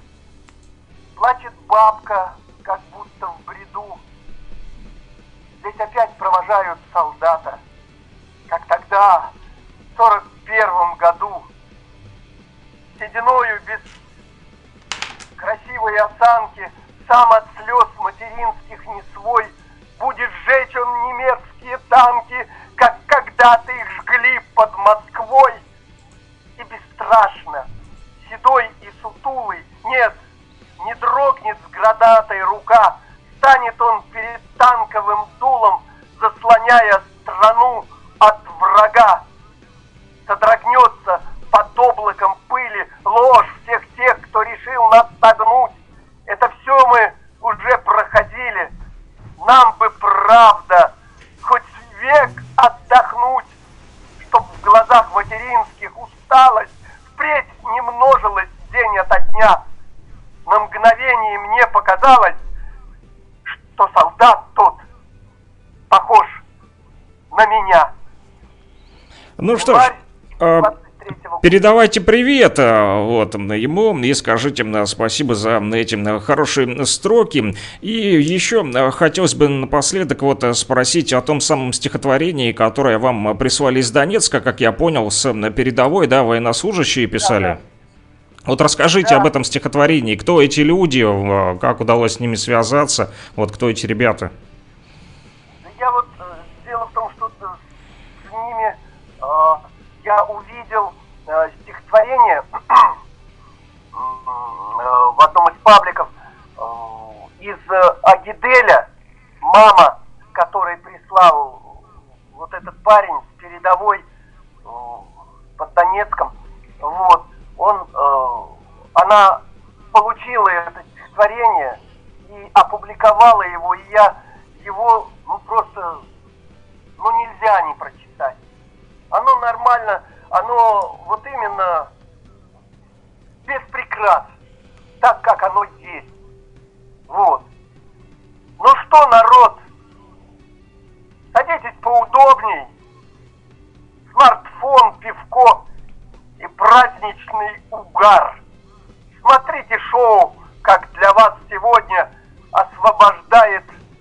плачет бабка, как будто в бреду. Здесь опять провожают солдата, как тогда тогда, в сорок первом году, сединою без красивой осанки, сам от слез материнских не свой, будет сжечь он немецкие танки, как когда-то их жгли под Москвой. И бесстрашно, седой и сутулый, нет, не дрогнет сградатой рука, станет он перед танковым дулом, заслоняя страну от врага. Содрогнется под облаком пыли ложь всех тех, кто решил нас согнуть. Это все мы уже проходили. Нам бы правда хоть век отдохнуть, чтоб в глазах материнских усталость впредь не множилась день ото дня. На мгновение мне показалось, что солдат тот похож на меня. Ну что ж, э, передавайте привет э, вот, ему и скажите э, спасибо за эти э, хорошие строки. И еще э, хотелось бы напоследок вот э, спросить о том самом стихотворении, которое вам э, прислали из Донецка, как я понял, с э, передовой, да, военнослужащие писали. Да, да. Вот расскажите да. об этом стихотворении, кто эти люди, э, как удалось с ними связаться, вот кто эти ребята. Я вот, э, дело в том, что с ними э, я увидел э, стихотворение э, в одном из пабликов э, из э, Агиделя, мама, который прислал вот этот парень с передовой э, под Донецком, вот, он, э, она получила это стихотворение и опубликовала его, и я его, ну, просто, ну, нельзя не прочитать. Оно нормально, оно вот именно без прикрас, так, как оно есть. Вот. Ну что, народ, садитесь поудобней, смартфон, пивко и праздничный угар. Смотрите шоу, как для вас сегодня освобождает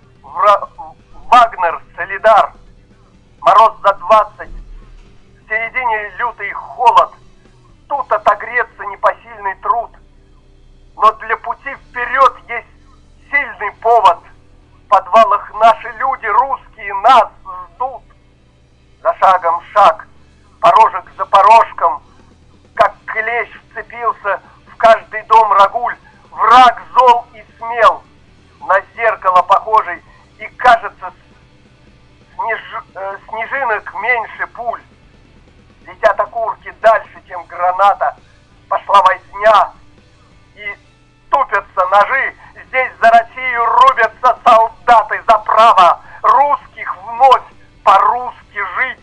Вагнер Солидар. Мороз за двадцать, в середине лютый холод. Тут отогреться непосильный труд. Но для пути вперед есть сильный повод. В подвалах наши люди русские нас ждут. За шагом шаг, порожек за порожком, как клещ вцепился в каждый дом рагуль. Враг зол и смел, на зеркало похожий, и кажется, снеж... э, снежинок меньше пуль. Летят окурки дальше, чем граната. Пошла возня, и тупятся ножи. Здесь за Россию рубятся солдаты за право русских вновь по-русски жить.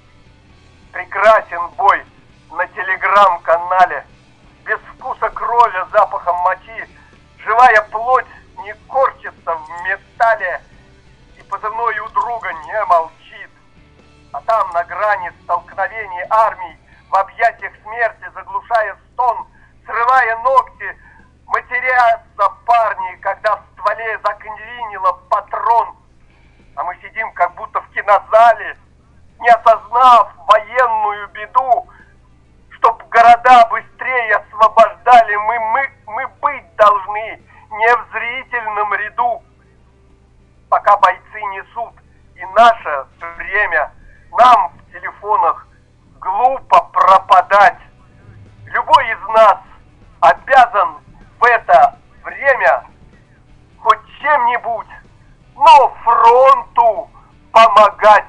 Прекрасен бой на телеграм-канале. Без вкуса крови, запахом мочи. Живая плоть не корчится в металле, и позывной у друга не молчит. А там на грани столкновения армий, в объятиях смерти заглушая стон, срывая ногти, матерятся парни, когда в стволе заклинило патрон. А мы сидим как будто в кинозале, не осознав военную беду. Чтоб города быстрее освобождали, мы, мы, мы быть должны не в зрительном ряду. Пока бойцы несут и наше время, нам в телефонах глупо пропадать. Любой из нас обязан в это время хоть чем-нибудь, но фронту помогать.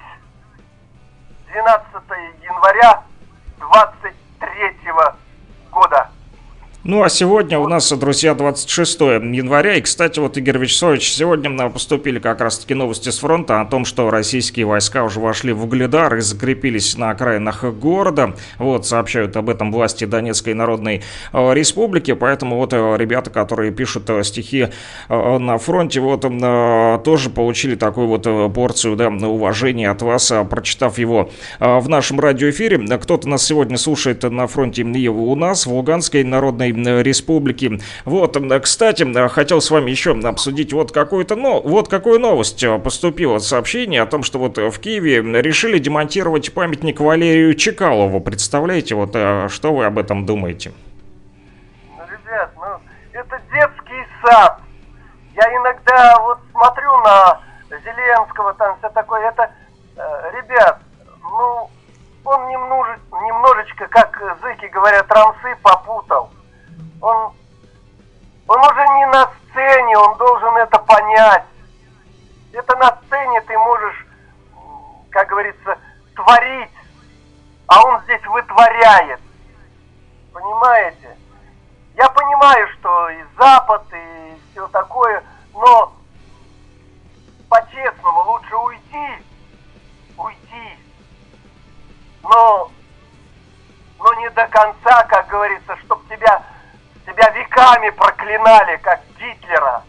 двенадцатого января двадцать третьего года. Ну а сегодня у нас, друзья, двадцать шестого января. И, кстати, вот, Игорь Вячеславович, сегодня поступили как раз-таки новости с фронта о том, что российские войска уже вошли в Угледар и закрепились на окраинах города. Вот, сообщают об этом власти Донецкой Народной Республики. Поэтому вот ребята, которые пишут стихи на фронте, вот тоже получили такую вот порцию, да, уважения от вас, прочитав его в нашем радиоэфире. Кто-то нас сегодня слушает на фронте и у нас, в Луганской Народной Республики. Вот, кстати, хотел с вами еще обсудить вот какую-то, ну, вот какую новость поступило сообщение о том, что вот в Киеве решили демонтировать памятник Валерию Чекалову. Представляете, вот что вы об этом думаете? Ребят, ну, это детский сад. Я иногда вот смотрю на Зеленского, там все такое. Это, э, ребят, ну, он немножечко, немножечко, как зыки говорят, рамсы попутал. Он, он уже не на сцене, он должен это понять. Это на сцене ты можешь, как говорится, творить, а он здесь вытворяет. Понимаете? Я понимаю, что и Запад, и все такое, но по-честному лучше уйти, уйти, но, но не до конца, как говорится, чтоб тебя, тебя веками проклинали, как Гитлера.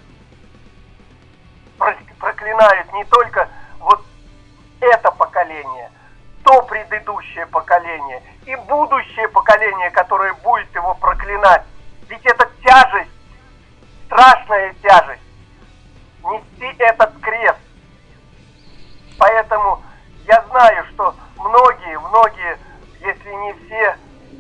Проклинают не только вот это поколение, то предыдущее поколение и будущее поколение, которое будет его проклинать. Ведь это тяжесть, страшная тяжесть, нести этот крест. Поэтому я знаю, что многие, многие, если не все,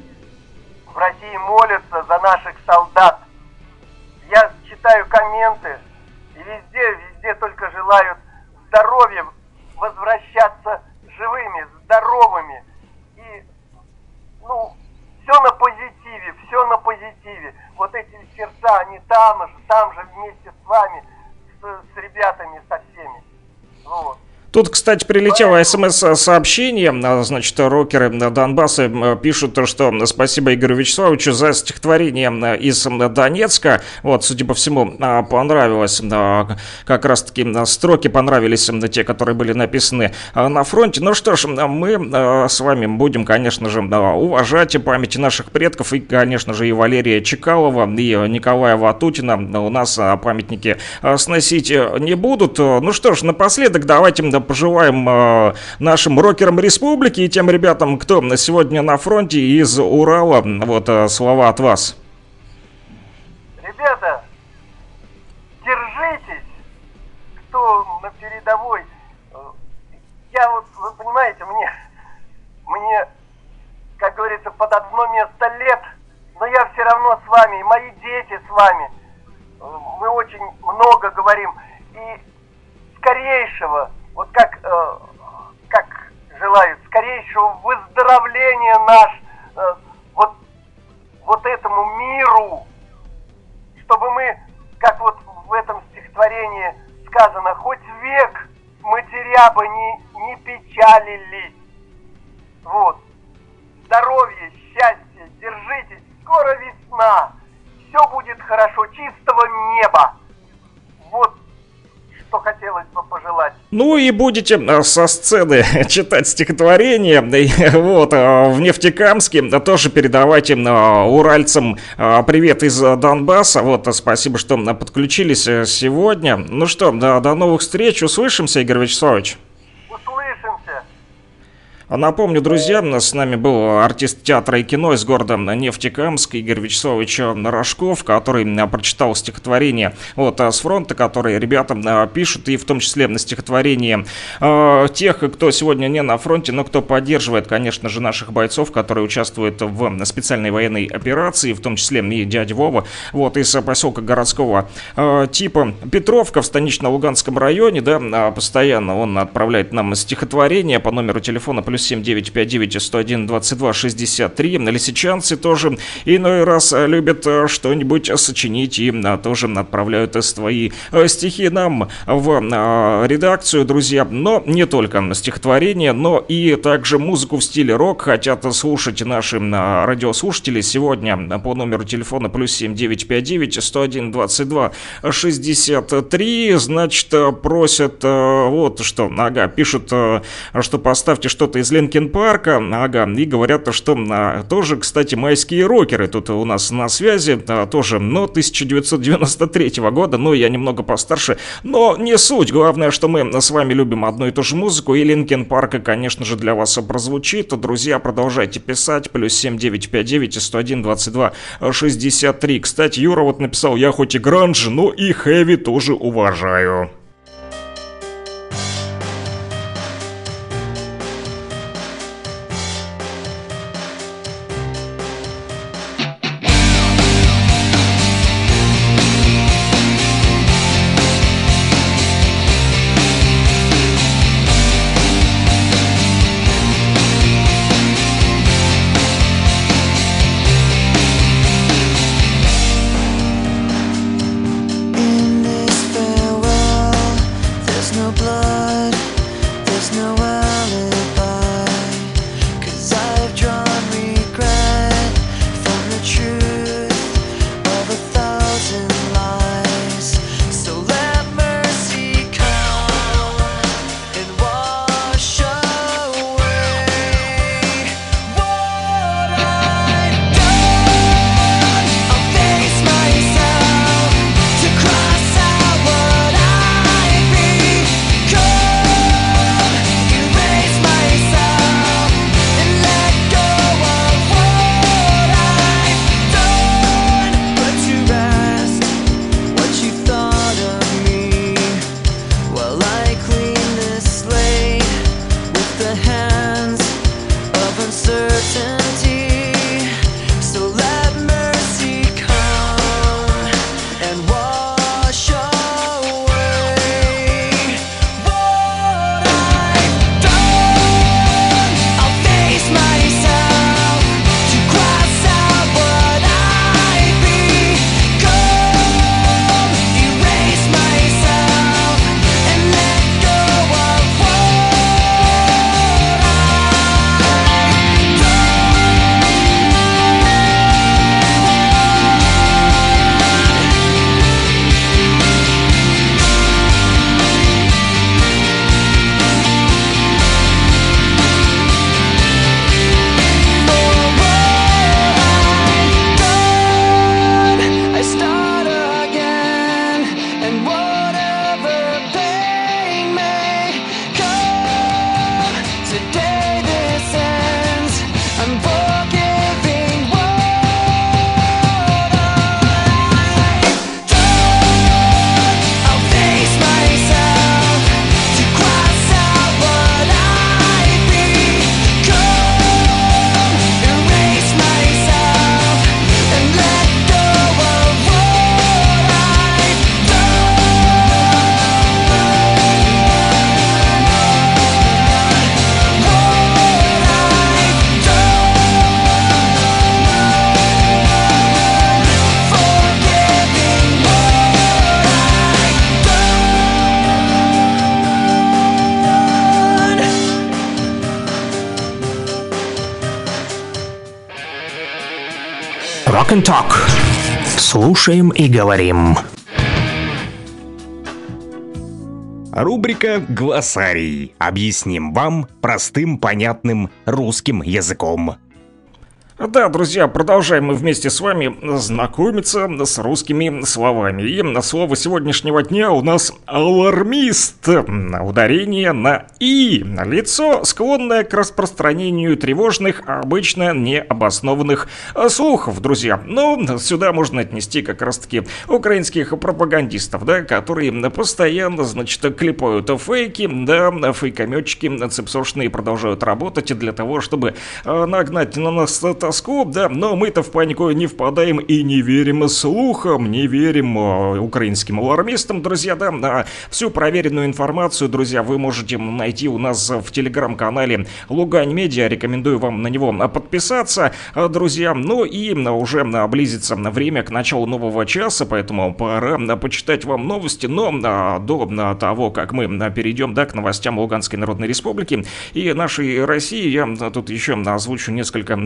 в России молятся за наших солдат. Я читаю комменты, и везде, везде только желают здоровья, возвращаться живыми, здоровыми. И, ну, все на позитиве, все на позитиве. Вот эти сердца, они там же, там же вместе с вами, с, с ребятами, со всеми. Вот. Тут, кстати, прилетело смс-сообщение, значит, рокеры Донбасса пишут, что спасибо Игорю Вячеславовичу за стихотворение из Донецка. Вот, судя по всему, понравилось, как раз-таки строки понравились, те, которые были написаны на фронте. Ну что ж, мы с вами будем, конечно же, уважать память наших предков и, конечно же, и Валерия Чекалова, и Николая Ватутина. У нас памятники сносить не будут. Ну что ж, напоследок давайте пожелаем э, нашим рокерам республики и тем ребятам, кто сегодня на фронте из Урала. Вот э, слова от вас. Ребята, держитесь, кто на передовой. Я вот, вы понимаете, мне, мне, как говорится, под одно место лет, но я все равно с вами, и мои дети с вами. Мы очень много говорим. И скорейшего, вот как, э, как желают, скорейшего выздоровления наш, э, вот, вот этому миру, чтобы мы, как вот в этом стихотворении сказано, хоть век матеря бы не, не печалились. Вот. Здоровье, счастье, держитесь, скоро весна, все будет хорошо, чистого неба. Вот что хотелось бы пожелать. Ну и будете со сцены читать стихотворение. Вот, в Нефтекамске тоже передавайте уральцам привет из Донбасса. Вот, спасибо, что подключились сегодня. Ну что, до, до новых встреч. Услышимся, Игорь Вячеславович. Услышимся. Напомню, друзья, с нами был артист театра и кино из города Нефтекамск Игорь Вячеславович Рожков, который прочитал стихотворение вот с фронта, которые ребята пишут, и в том числе на стихотворение э, тех, кто сегодня не на фронте, но кто поддерживает, конечно же, наших бойцов, которые участвуют в специальной военной операции, в том числе и дядя Вова, вот, из поселка городского э, типа Петровка в станично-Луганском районе, да, постоянно он отправляет нам стихотворение по номеру телефона плюс семь девять пять девять сто один двадцать два шестьдесят три. Лисичанцы тоже иной раз любят что-нибудь сочинить и тоже отправляют свои стихи нам в редакцию, друзья. Но не только стихотворения, но и также музыку в стиле рок хотят слушать наши радиослушатели сегодня по номеру телефона плюс семь девять пять девять сто один двадцать два шестьдесят три. Значит, просят вот что, ага, пишут, что поставьте что-то из Линкин Парка, ага, и говорят, что а, тоже, кстати, майские рокеры тут у нас на связи, а, тоже, но тысяча девятьсот девяносто третьего года, ну, я немного постарше, но не суть, главное, что мы с вами любим одну и ту же музыку, и Линкин Парка, конечно же, для вас прозвучит. Друзья, продолжайте писать, плюс семь девять пять девять сто один двадцать два шестьдесят три. Кстати, Юра вот написал, я хоть и гранж, но и хэви тоже уважаю. Rock and Talk. Слушаем и говорим. Рубрика «Глоссарий». Объясним вам простым, понятным русским языком. Да, друзья, продолжаем мы вместе с вами знакомиться с русскими словами. И слово сегодняшнего дня у нас алармист. Ударение на «и». Лицо, склонное к распространению тревожных, обычно необоснованных слухов, друзья. Но сюда можно отнести как раз-таки украинских пропагандистов, да, которые постоянно, значит, клепают фейки, да, фейкометчики цепсошные продолжают работать для того, чтобы нагнать на нас тоску, да, но мы-то в панику не впадаем и не верим слухам, не верим э, украинским алармистам, друзья, да, а всю проверенную информацию, друзья, вы можете найти у нас в телеграм-канале Лугань Медиа, рекомендую вам на него подписаться, друзья, ну и уже близится время к началу нового часа, поэтому пора почитать вам новости, но до того, как мы перейдем, да, к новостям Луганской Народной Республики и нашей России, я тут еще озвучу несколько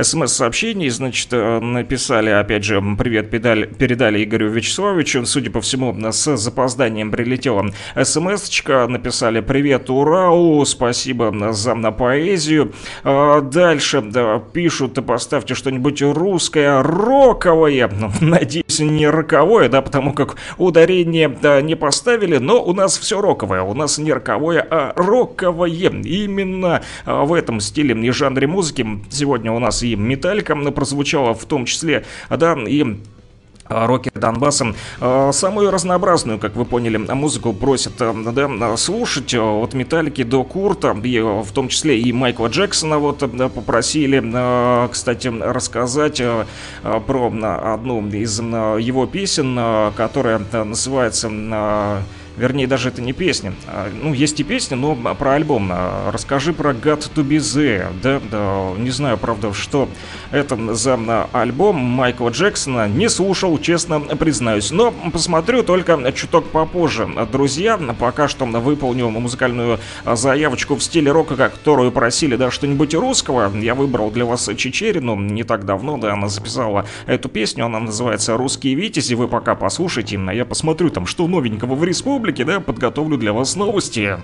смс-сообщений. Значит, написали, опять же, привет передали, передали Игорю Вячеславовичу. Судя по всему, с запозданием прилетела смс-очка. Написали привет Уралу, спасибо за на поэзию. Дальше да, пишут, поставьте что-нибудь русское, роковое. Надеюсь, не роковое, да, потому как ударение да, не поставили, но у нас все роковое. У нас не роковое, а роковое. Именно в этом стиле и жанре музыки сегодня у нас и металлика прозвучала, в том числе, да, и рокер Донбасса. Самую разнообразную, как вы поняли, музыку просят да, слушать от Металлики до Курта, и, в том числе и Майкла Джексона вот попросили, кстати, рассказать про одну из его песен, которая называется... Вернее, даже это не песня. Ну, есть и песня, но про альбом. Расскажи про Got to be there. Да, да, не знаю, правда, что это за альбом Майкла Джексона. Не слушал, честно признаюсь. Но посмотрю только чуток попозже. Друзья, пока что выполню музыкальную заявочку в стиле рока, которую просили, да, что-нибудь русского. Я выбрал для вас Чичерину. Не так давно, да, она записала эту песню. Она называется «Русские витязи». Вы пока послушайте. А я посмотрю там, что новенького в республике. Да, подготовлю для вас новости.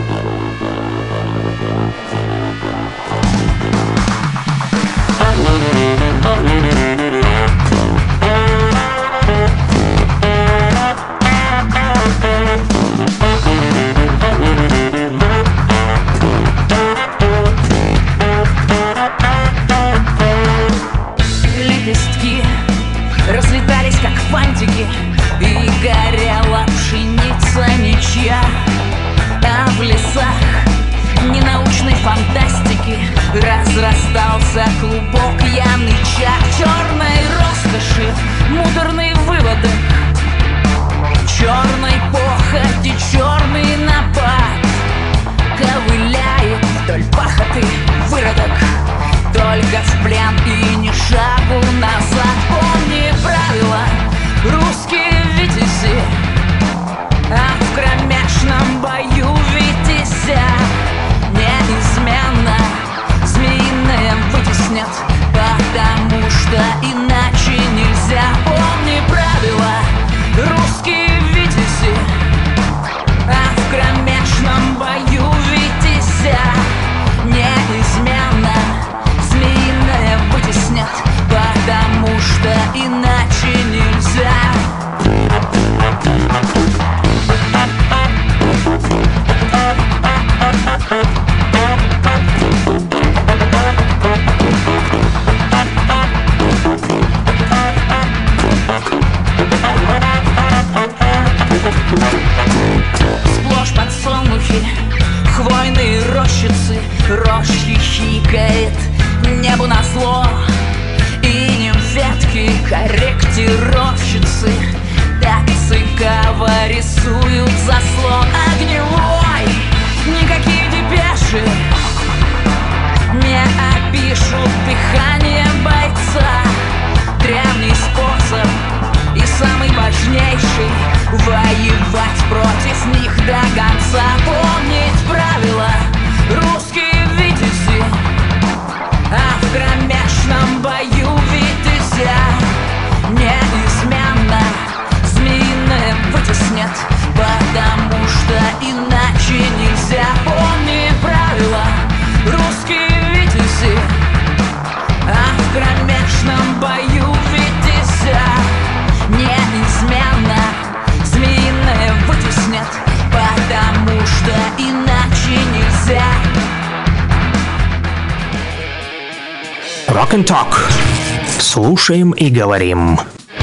Лепестки разлетались как фантики, и горела пшеница ничья. А в лесах ненаучной фантастики разрастался клубок яныча. Черной роскоши муторные выводы, черной похоти черный напад. Ковыляет вдоль пахоты выродок, только в плен и ни шагу назад. Помни правила, русские витязи, а в кромешном бою витязя неизменно змеиное вытеснят, потому что иначе нельзя. Помни правила, русские витязи, а в кромешном бою витязя неизменно змеиное вытеснят, потому что иначе нельзя. Сплошь подсолнухи, хвойные рощицы, рожь хихикает небу назло, и нимфетки корректировщицы так цикаво рисуют заслон огневой. Никакие депеши не опишут дыхание бойца. Древний способ и самый важнейший — воевать против них до конца. Помнить правила, русские витязи, а в кромешном бою витязя неизменно змеиное вытеснят, потому что иначе нельзя. Помни правила, русские витязи, а в кромешном бою витязя неизменно змеиное вытеснят, потому что иначе нельзя. Rock and Talk. Слушаем и говорим.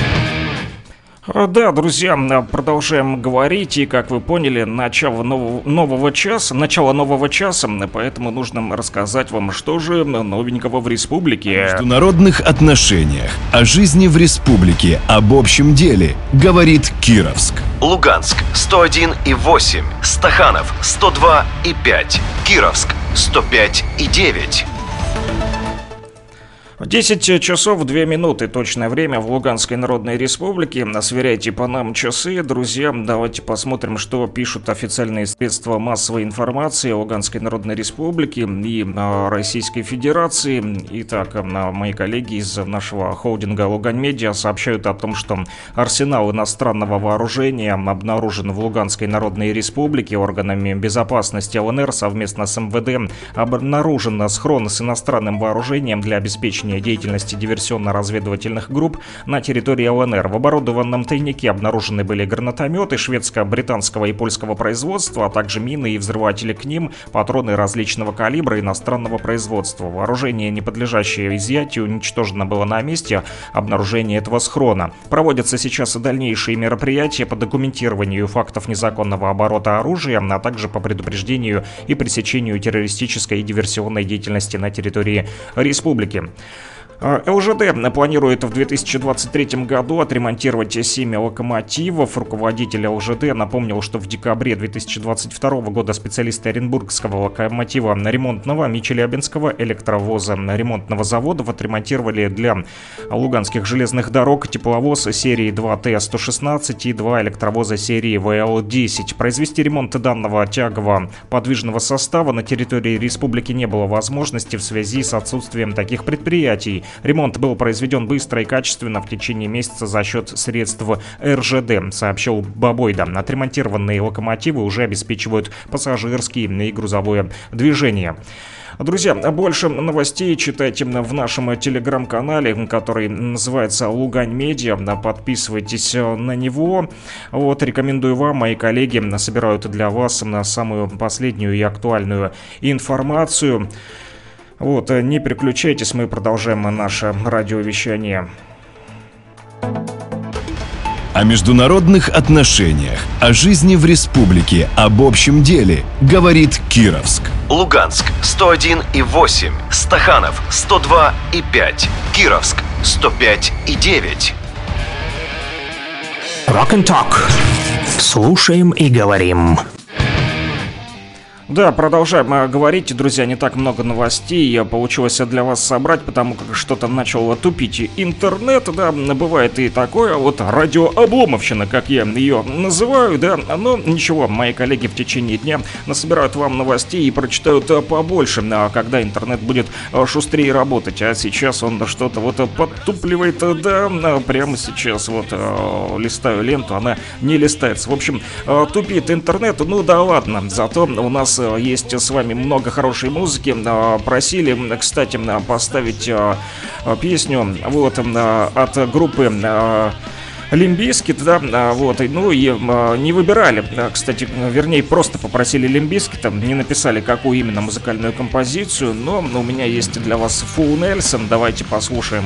Да, друзья, продолжаем говорить, и, как вы поняли, начало нового, нового часа, начало нового часа, поэтому нужно рассказать вам, что же новенького в республике. О международных отношениях, о жизни в республике, об общем деле, говорит Кировск. Луганск сто один и восемь, Стаханов сто два и пять, Кировск сто пять и девять. десять часов две минуты, точное время в Луганской Народной Республике. Сверяйте по нам часы, друзья. Давайте посмотрим, что пишут официальные средства массовой информации Луганской Народной Республики и э, Российской Федерации. Итак, э, мои коллеги из нашего холдинга Лугань Медиа сообщают о том, что арсенал иностранного вооружения обнаружен в Луганской Народной Республике. Органами безопасности ЛНР совместно с МВД обнаружен схрон с иностранным вооружением для обеспечения деятельности диверсионно-разведывательных групп на территории ЛНР. В оборудованном тайнике обнаружены были гранатометы шведско-британского и польского производства, а также мины и взрыватели к ним, патроны различного калибра иностранного производства. Вооружение, не подлежащее изъятию, уничтожено было на месте обнаружения этого схрона. Проводятся сейчас и дальнейшие мероприятия по документированию фактов незаконного оборота оружия, а также по предупреждению и пресечению террористической и диверсионной деятельности на территории республики. ЛЖД планирует в две тысячи двадцать третьем году отремонтировать семь локомотивов. Руководитель ЛЖД напомнил, что в декабре две тысячи двадцать второго года специалисты Оренбургского локомотива ремонтного Челябинского электровоза ремонтного завода отремонтировали для луганских железных дорог тепловоз серии два Т сто шестнадцать и два электровоза серии В Л десять. Произвести ремонт данного тягового подвижного состава на территории республики не было возможности в связи с отсутствием таких предприятий. Ремонт был произведен быстро и качественно в течение месяца за счет средств Р Ж Д, сообщил Бабойда. Отремонтированные локомотивы уже обеспечивают пассажирские и грузовое движение. Друзья, больше новостей читайте в нашем телеграм-канале, который называется Лугань Медиа. Подписывайтесь на него. Вот, рекомендую вам, мои коллеги собирают для вас на самую последнюю и актуальную информацию. Вот, не переключайтесь, мы продолжаем наше радиовещание. О международных отношениях, о жизни в республике, об общем деле говорит Кировск. Луганск сто один и восемь, Стаханов сто два и пять, Кировск сто пять и девять. Rock and Talk. Слушаем и говорим. Да, продолжаем говорить, друзья, не так много новостей получилось для вас собрать, потому как что-то начал тупить интернет, да, бывает и такое, вот радиообломовщина, как я ее называю, да, но ничего, мои коллеги в течение дня насобирают вам новостей и прочитают побольше, когда интернет будет шустрее работать, а сейчас он что-то вот подтупливает, да, прямо сейчас вот листаю ленту, она не листается, в общем, тупит интернет, ну да ладно, зато у нас есть с вами много хорошей музыки. Просили, кстати, поставить песню вот от группы Limp Bizkit, да, вот, ну и не выбирали, кстати, вернее, просто попросили Limp Bizkit, не написали, какую именно музыкальную композицию, но у меня есть для вас Full Nelson, давайте послушаем.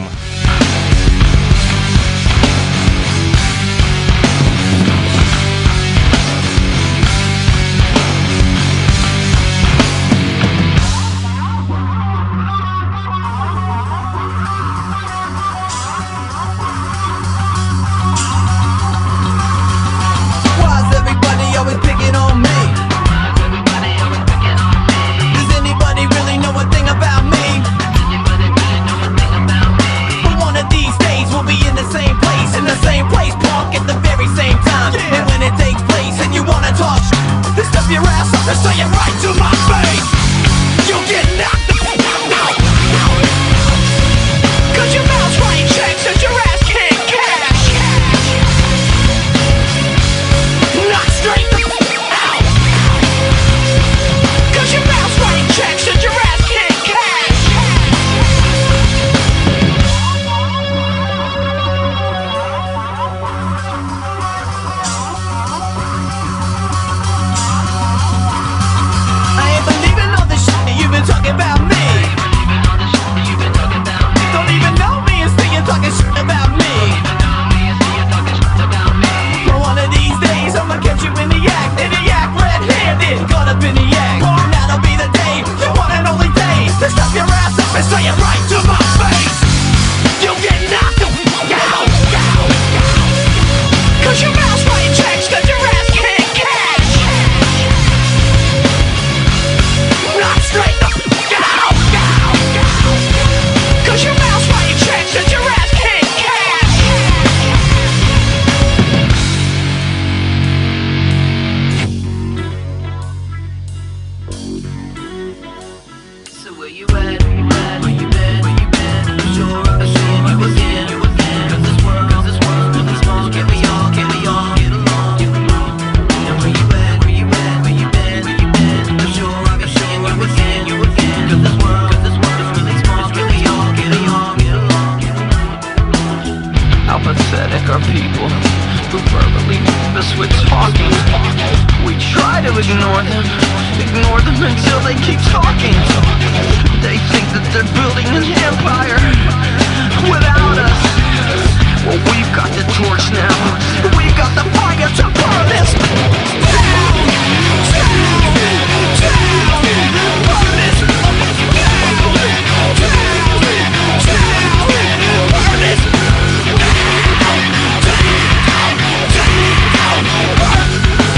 ignore them, ignore them until they keep talking. They think that they're building an empire without us. Well, we've got the torch now. We've got the fire to burn this down, down, down, burn this down, down, down, burn this down, down, down, burn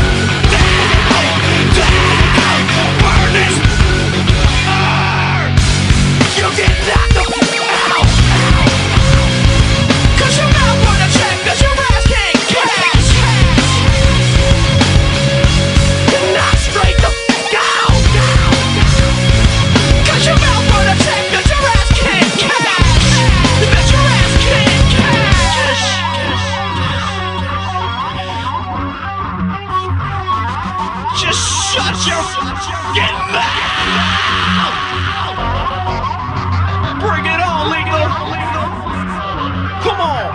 down, burn this. You get knocked the f*** out. Cause your mouth wanna check, cause your ass can't cash. You're not straight the f*** out. Cause your mouth wanna check, cause your ass can't cash. That your ass can't cash. Just shut your f***ing mouth. Bring it on, legal. Come on.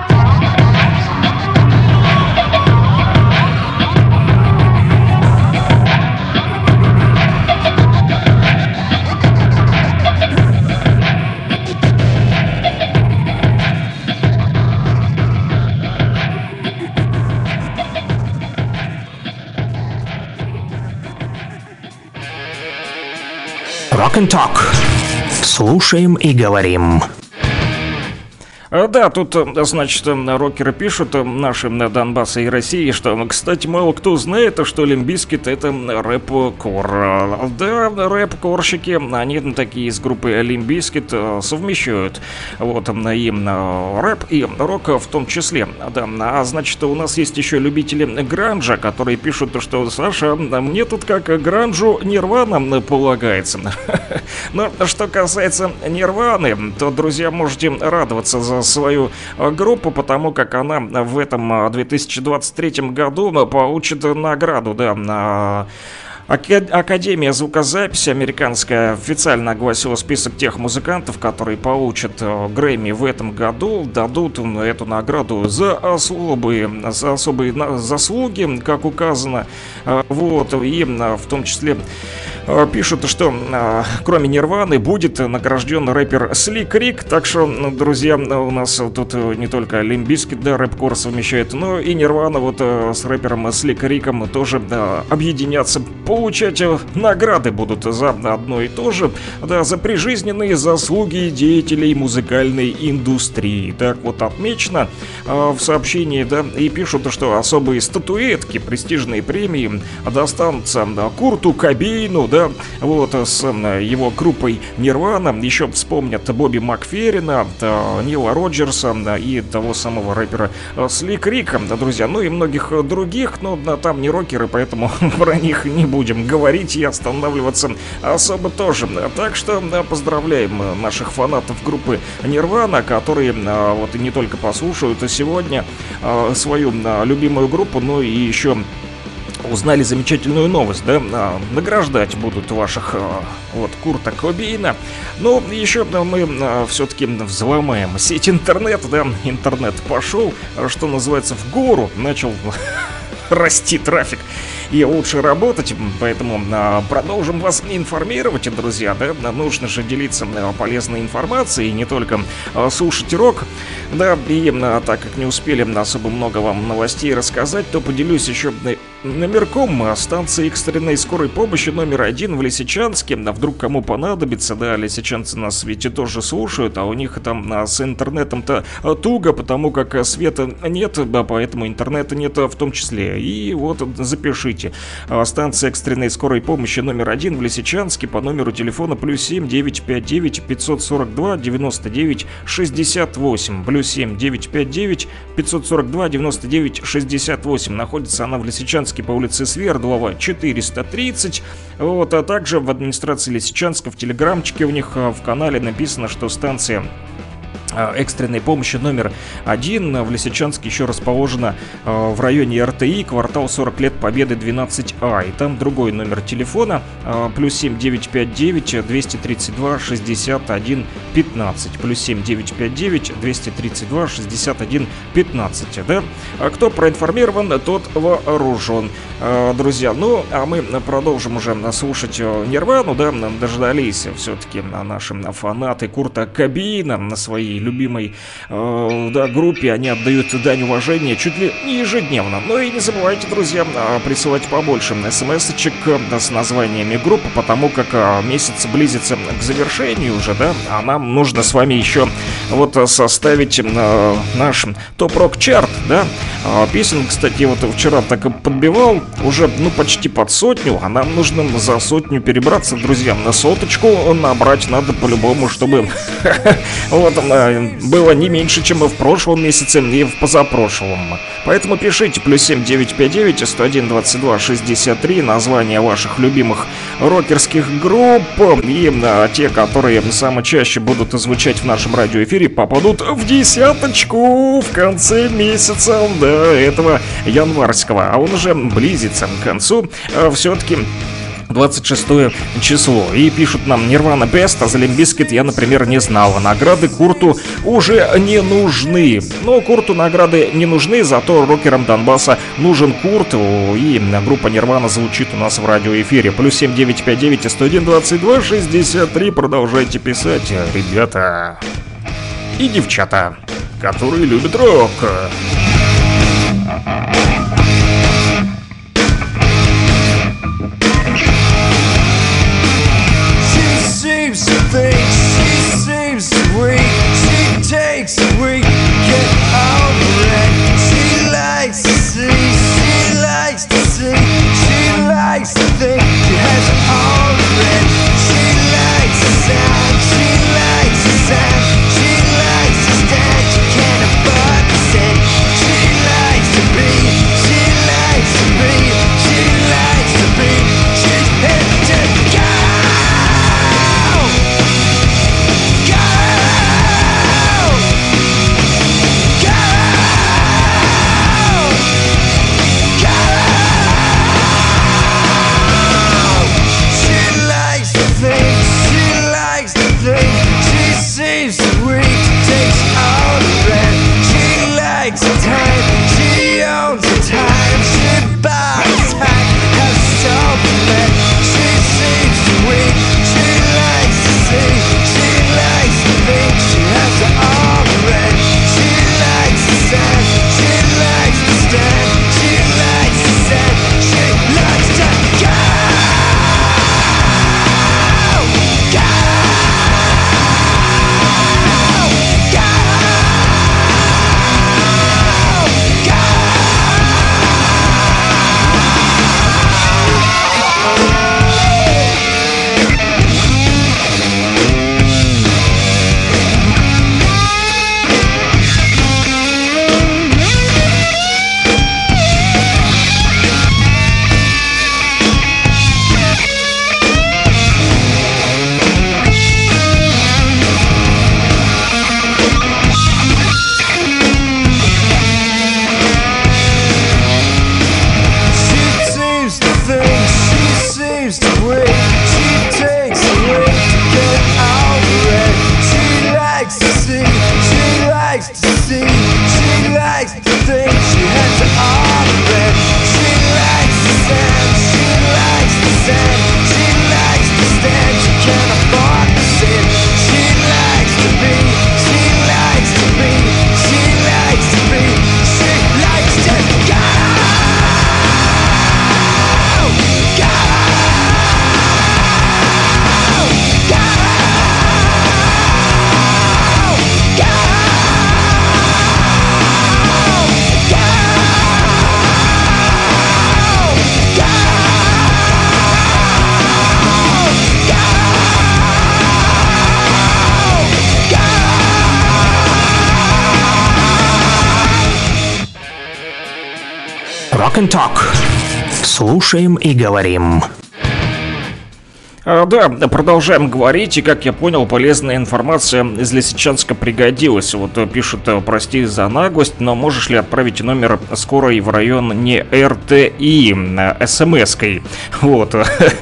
Rock and Talk. Слушаем и говорим. Да, тут, значит, рокеры пишут, наши Донбасса и России, что, кстати, мало кто знает, что Limp Bizkit — это рэп-кор. Да, рэп-корщики, они такие из группы Limp Bizkit совмещают вот и рэп, и рок в том числе. Да, а значит, у нас есть еще любители гранжа, которые пишут, что, Саша, мне тут как гранжу Нирвана полагается. Но что касается Нирваны, то, друзья, можете радоваться за свою группу, потому как она в этом две тысячи двадцать третьем году получит награду, да, на Академия звукозаписи американская официально огласила список тех музыкантов, которые получат Грэмми в этом году, дадут эту награду за особые, за особые заслуги, как указано. Вот, и в том числе пишут, что кроме Нирваны будет награжден рэпер Slick Rick. Так что, друзья, у нас тут не только Limp Bizkit, да, рэп-кор совмещает, но и Нирвана вот с рэпером Slick Rick'ом тоже, да, объединятся. Получать награды будут за одно и то же, да, за прижизненные заслуги деятелей музыкальной индустрии. Так вот отмечено э, в сообщении, да, и пишут, что особые статуэтки, престижные премии достанутся да, Курту Кобейну, да, вот с э, его группой Нирвана. Еще вспомнят Бобби Макферрина, да, Нила Роджерса, да, и того самого рэпера Слик Рика, да, друзья, ну и многих других, но да, там не рокеры, поэтому про них не будем говорить и останавливаться особо тоже. Так что да, поздравляем наших фанатов группы Нирвана, которые а, вот и не только послушают сегодня а, свою а, любимую группу, но и еще узнали замечательную новость, да, а, награждать будут ваших а, вот Курта Кобейна. Но еще да, мы а, все-таки взломаем сеть интернет, да, интернет пошел, что называется, в гору, начал расти трафик и лучше работать, поэтому а, продолжим вас информировать, друзья, да, нужно же делиться а, полезной информацией, не только а, слушать рок, да, и а, так как не успели особо много вам новостей рассказать, то поделюсь еще номерком станции экстренной скорой помощи номер один в Лисичанске, а вдруг кому понадобится, да, лисичанцы нас ведь и тоже слушают, а у них там а, с интернетом-то туго, потому как света нет, да, поэтому интернета нет в том числе, и вот запишите. Станция экстренной скорой помощи номер один в Лисичанске по номеру телефона плюс семь девятьсот пятьдесят девять пятьсот сорок два девяносто девять шестьдесят восемь, плюс семь девятьсот пятьдесят девять пятьсот сорок два девяносто девять шестьдесят восемь. Находится она в Лисичанске по улице Свердлова четыреста тридцать. Вот, а также в администрации Лисичанска в телеграмчике у них в канале написано, что станция экстренной помощи номер один в Лисичанске еще расположена э, в районе эр тэ и, квартал сорок лет Победы двенадцать а. И там другой номер телефона, э, плюс семь девятьсот пятьдесят девять двести тридцать два шестьдесят один пятнадцать. Плюс семь девятьсот пятьдесят девять двести тридцать два шестьдесят один пятнадцать, да? А кто проинформирован, тот вооружен. Э, друзья, ну, а мы продолжим уже слушать Нирвану, да? Дождались все-таки наши фанаты Курта Кобейна на своей любимой э, да, группе. Они отдают дань уважения чуть ли не ежедневно. Ну и не забывайте, друзья, присылать побольше смс-очек с названиями группы, потому как месяц близится к завершению уже, да, а нам нужно с вами еще вот составить э, наш топ-рок-чарт, да. Песен, кстати, вот вчера так и подбивал, уже, ну, почти под сотню, а нам нужно за сотню перебраться, друзья, на соточку набрать надо по-любому, чтобы вот было не меньше, чем и в прошлом месяце, и в позапрошлом. Поэтому пишите плюс семь девятьсот пятьдесят девять сто один двадцать два шестьдесят три названия ваших любимых рокерских групп, и а, те, которые самые чаще будут звучать в нашем радиоэфире, попадут в десяточку в конце месяца, да, этого январского. А он уже близится к концу. А, все-таки двадцать шестое число. И пишут нам: Nirvana Best, а за Limp Bizkit я, например, не знал. Награды Курту уже не нужны. Но Курту награды не нужны, зато рокерам Донбасса нужен Курт. И группа Nirvana звучит у нас в радиоэфире. Плюс семь девятьсот пятьдесят девять сто один двадцать два шестьдесят три. Продолжайте писать, ребята и девчата, которые любят рок. Seems to think, she seems to weak. She takes a week to get over it. She likes to see, she likes to see. She likes to think she has it all read. She likes the sound, she likes the sound. She likes to stand, she can't afford to sit. She likes to be, she likes to be. She likes to be, she's hit to go. Rock and Talk. Слушаем и говорим. А, да, продолжаем говорить, и, как я понял, полезная информация из Лисичанска пригодилась. Вот пишут: прости за наглость, но можешь ли отправить номер скорой в район не эр тэ и смс-кой? Вот.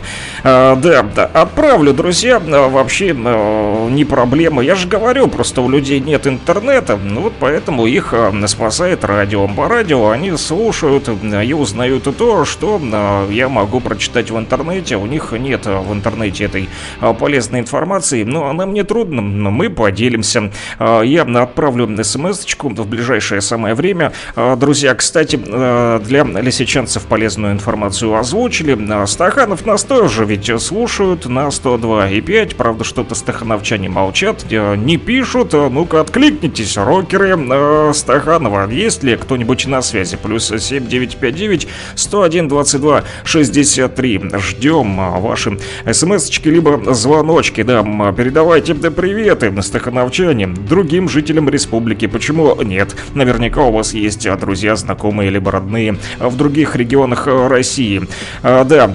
А, да, да, отправлю, друзья, вообще не проблема. Я же говорю, просто у людей нет интернета, ну вот поэтому их спасает радио. По радио они слушают и узнают то, что я могу прочитать в интернете. У них нет в интернете этой полезной информации, но она мне трудно, но мы поделимся. Я отправлю смс-очку в ближайшее самое время. Друзья, кстати, для лисичанцев полезную информацию озвучили. Стаханов нас тоже ведь слушают на сто два и пять. Правда, что-то стахановчане молчат, не пишут. Ну-ка, откликнитесь, рокеры Стаханова. Есть ли кто-нибудь на связи? Плюс семь девять пять девять сто один двадцать два шестьдесят три. Ждем ваши смс-очки либо звоночки. Да, передавайте приветы стахановчане другим жителям республики. Почему нет? Наверняка у вас есть друзья, знакомые либо родные в других регионах России. А, да.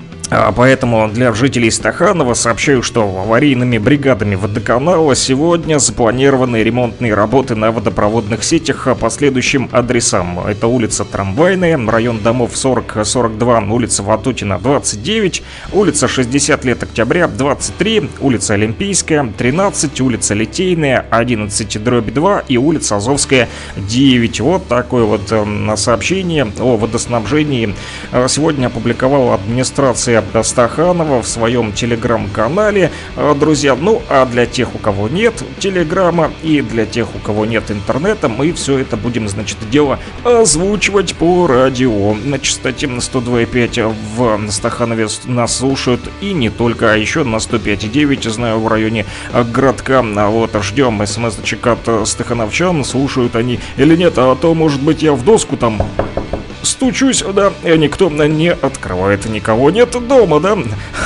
Поэтому для жителей Стаханова сообщаю, что аварийными бригадами водоканала сегодня запланированы ремонтные работы на водопроводных сетях по следующим адресам. Это улица Трамвайная, район домов сорок сорок два, улица Ватутина двадцать девять, улица шестьдесят лет Октября двадцать три, улица Олимпийская тринадцать, улица Литейная одиннадцать дробь два и улица Азовская девять. Вот такое вот э, сообщение о водоснабжении сегодня опубликовала администрация Стаханова в своем телеграм-канале, друзья. Ну, а для тех, у кого нет телеграма и для тех, у кого нет интернета, мы все это будем, значит, дело озвучивать по радио. На частоте сто два и пять в Стаханове нас слушают и не только, а еще на сто пять и девять, знаю, в районе городка. Вот, ждем смс-очек от стахановчан, слушают они или нет, а то, может быть, я в доску там стучусь, да, и никто не открывает, никого нет дома, да.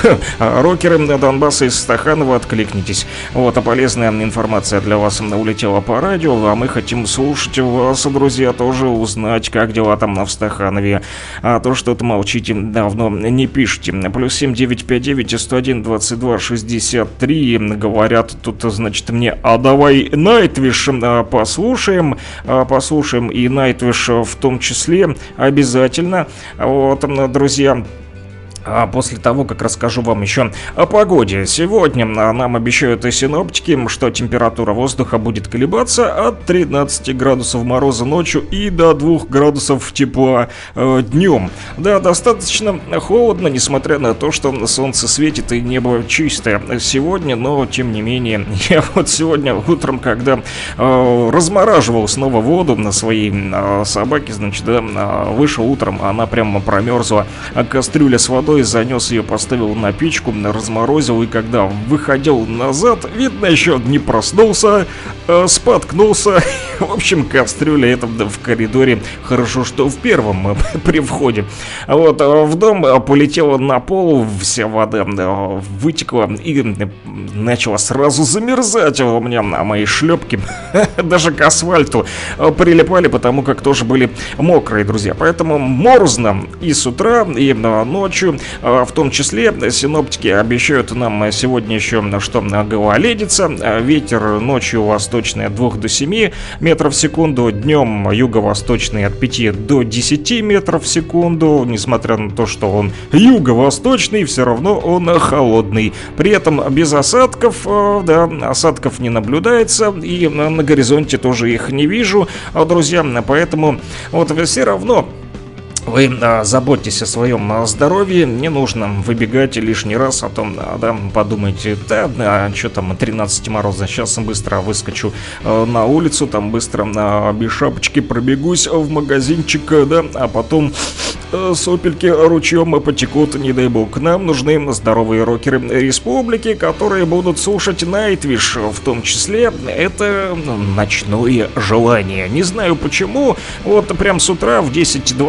Рокеры Донбасса из Стаханова, откликнитесь. Вот, а полезная информация для вас улетела по радио, а мы хотим слушать вас, друзья, тоже узнать, как дела там в Стаханове. А то что-то молчите, давно не пишите. Плюс семь девять пять девять сто один двадцать два шестьдесят три. Говорят тут, значит, мне: а давай Найтвиш послушаем, послушаем и Найтвиш в том числе. Обязательно. Вот, друзья. А после того, как расскажу вам еще о погоде. Сегодня нам обещают и синоптики, что температура воздуха будет колебаться от тринадцати градусов мороза ночью и до двух градусов тепла э, днем. Да, достаточно холодно, несмотря на то, что солнце светит и небо чистое сегодня, но тем не менее, я вот сегодня утром, когда э, размораживал снова воду на своей э, собаке, значит, да, э, вышел утром, она прямо промерзла, а кастрюля с водой, занес ее, поставил на печку, разморозил, и когда выходил назад, видно, еще не проснулся, э, споткнулся. В общем, кастрюля эта в коридоре, хорошо, что в первом э, при входе. Вот, э, в дом э, полетела на пол, вся вода э, вытекла и начала сразу замерзать у меня на мои шлепки. Даже к асфальту э, прилипали, потому как тоже были мокрые, друзья. Поэтому морозно и с утра, и э, ночью. В том числе синоптики обещают нам сегодня еще, что гололедица. Ветер ночью восточный от двух до семи метров в секунду, днем юго-восточный от пяти до десяти метров в секунду. Несмотря на то, что он юго-восточный, все равно он холодный. При этом без осадков, да, осадков не наблюдается, и на горизонте тоже их не вижу, друзья. Поэтому вот все равно вы а, заботьтесь о своем а, здоровье, не нужно выбегать лишний раз, о том, а, да, подумайте, да, да, что там, тринадцать мороза, сейчас быстро выскочу а, на улицу, там быстро а, без шапочки пробегусь в магазинчик, да, а потом а, сопельки ручьем потекут, не дай бог. Нам нужны здоровые рокеры республики, которые будут слушать Найтвиш, в том числе это ну, ночное желание. Не знаю почему, вот прям с утра в десять двадцать два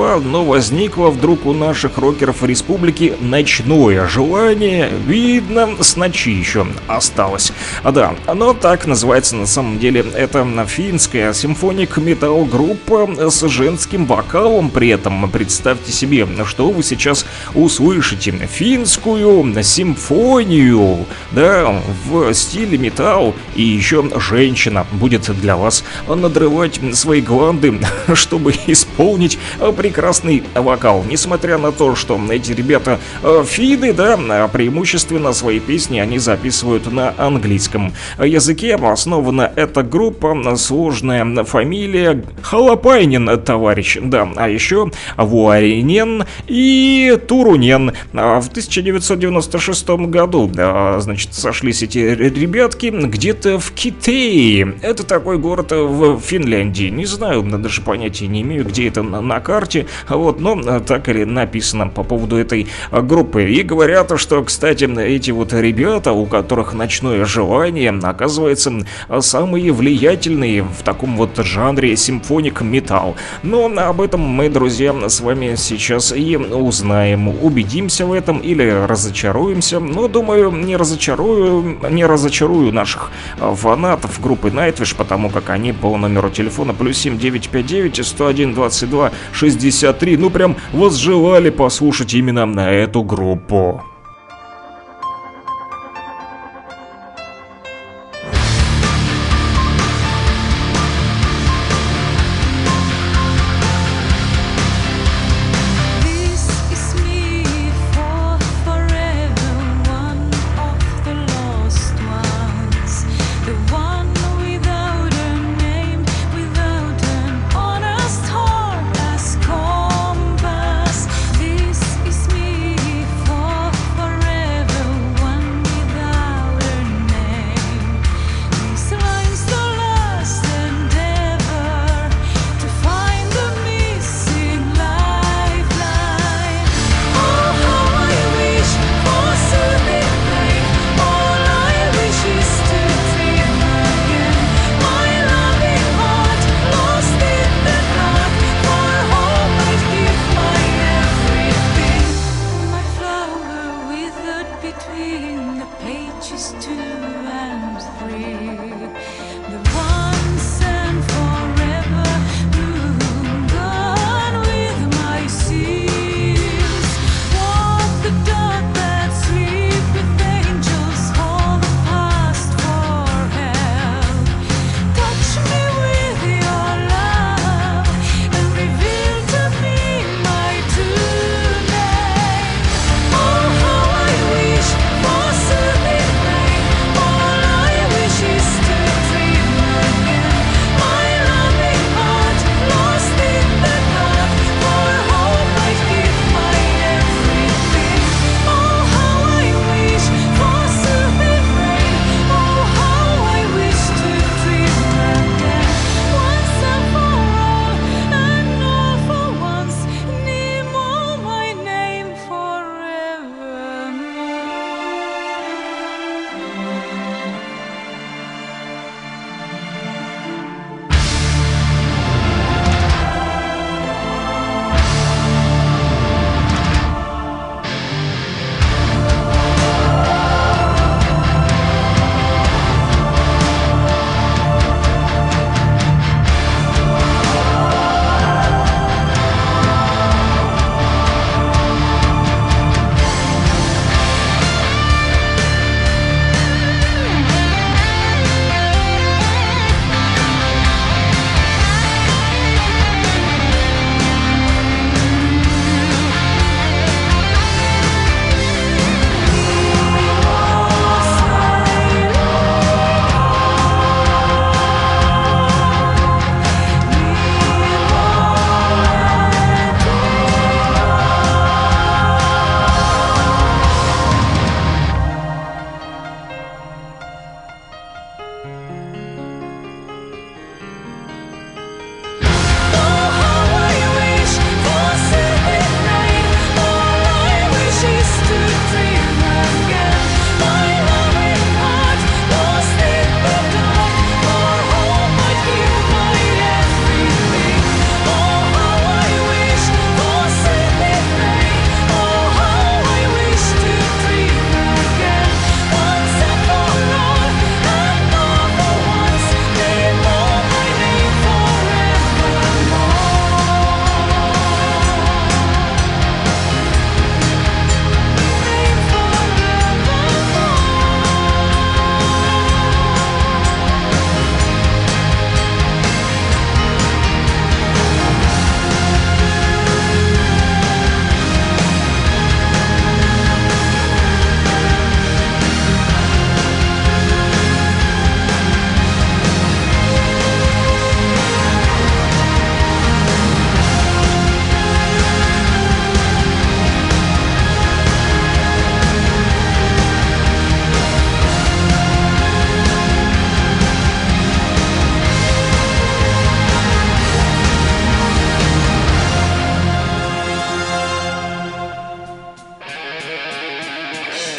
два, но возникло вдруг у наших рокеров республики ночное желание, видно, с ночи еще осталось. А да, оно так называется на самом деле, это финская симфоник-метал группа с женским вокалом, при этом представьте себе, что вы сейчас услышите, финскую симфонию, да, в стиле металл, и еще женщина будет для вас надрывать свои гланды, чтобы исполнить прекрасный вокал. Несмотря на то, что эти ребята финны, да, преимущественно свои песни они записывают на английском языке. Основана эта группа, сложная фамилия Халапайнин, товарищ, да, а еще Вуаринен и Турунен. В тысяча девятьсот девяносто шестом году, да, значит, сошлись эти ребятки где-то в Китае. Это такой город в Финляндии. Не знаю, даже понятия не имею, где это на, на карте. Вот, но так или написано по поводу этой группы. И говорят, что, кстати, эти вот ребята, у которых ночное желание, оказывается, самые влиятельные в таком вот жанре симфоник металл. Но об этом мы, друзья, с вами сейчас и узнаем. Убедимся в этом или разочаруемся. Но, думаю, не разочарую, не разочарую наших фанатов группы Nightwish, потому как они по номеру телефона плюс семь девятьсот пятьдесят девять сто один двадцать два шестьдесят три, ну прям возжелали послушать именно на эту группу.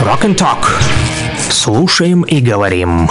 Rock and Talk. Слушаем и говорим.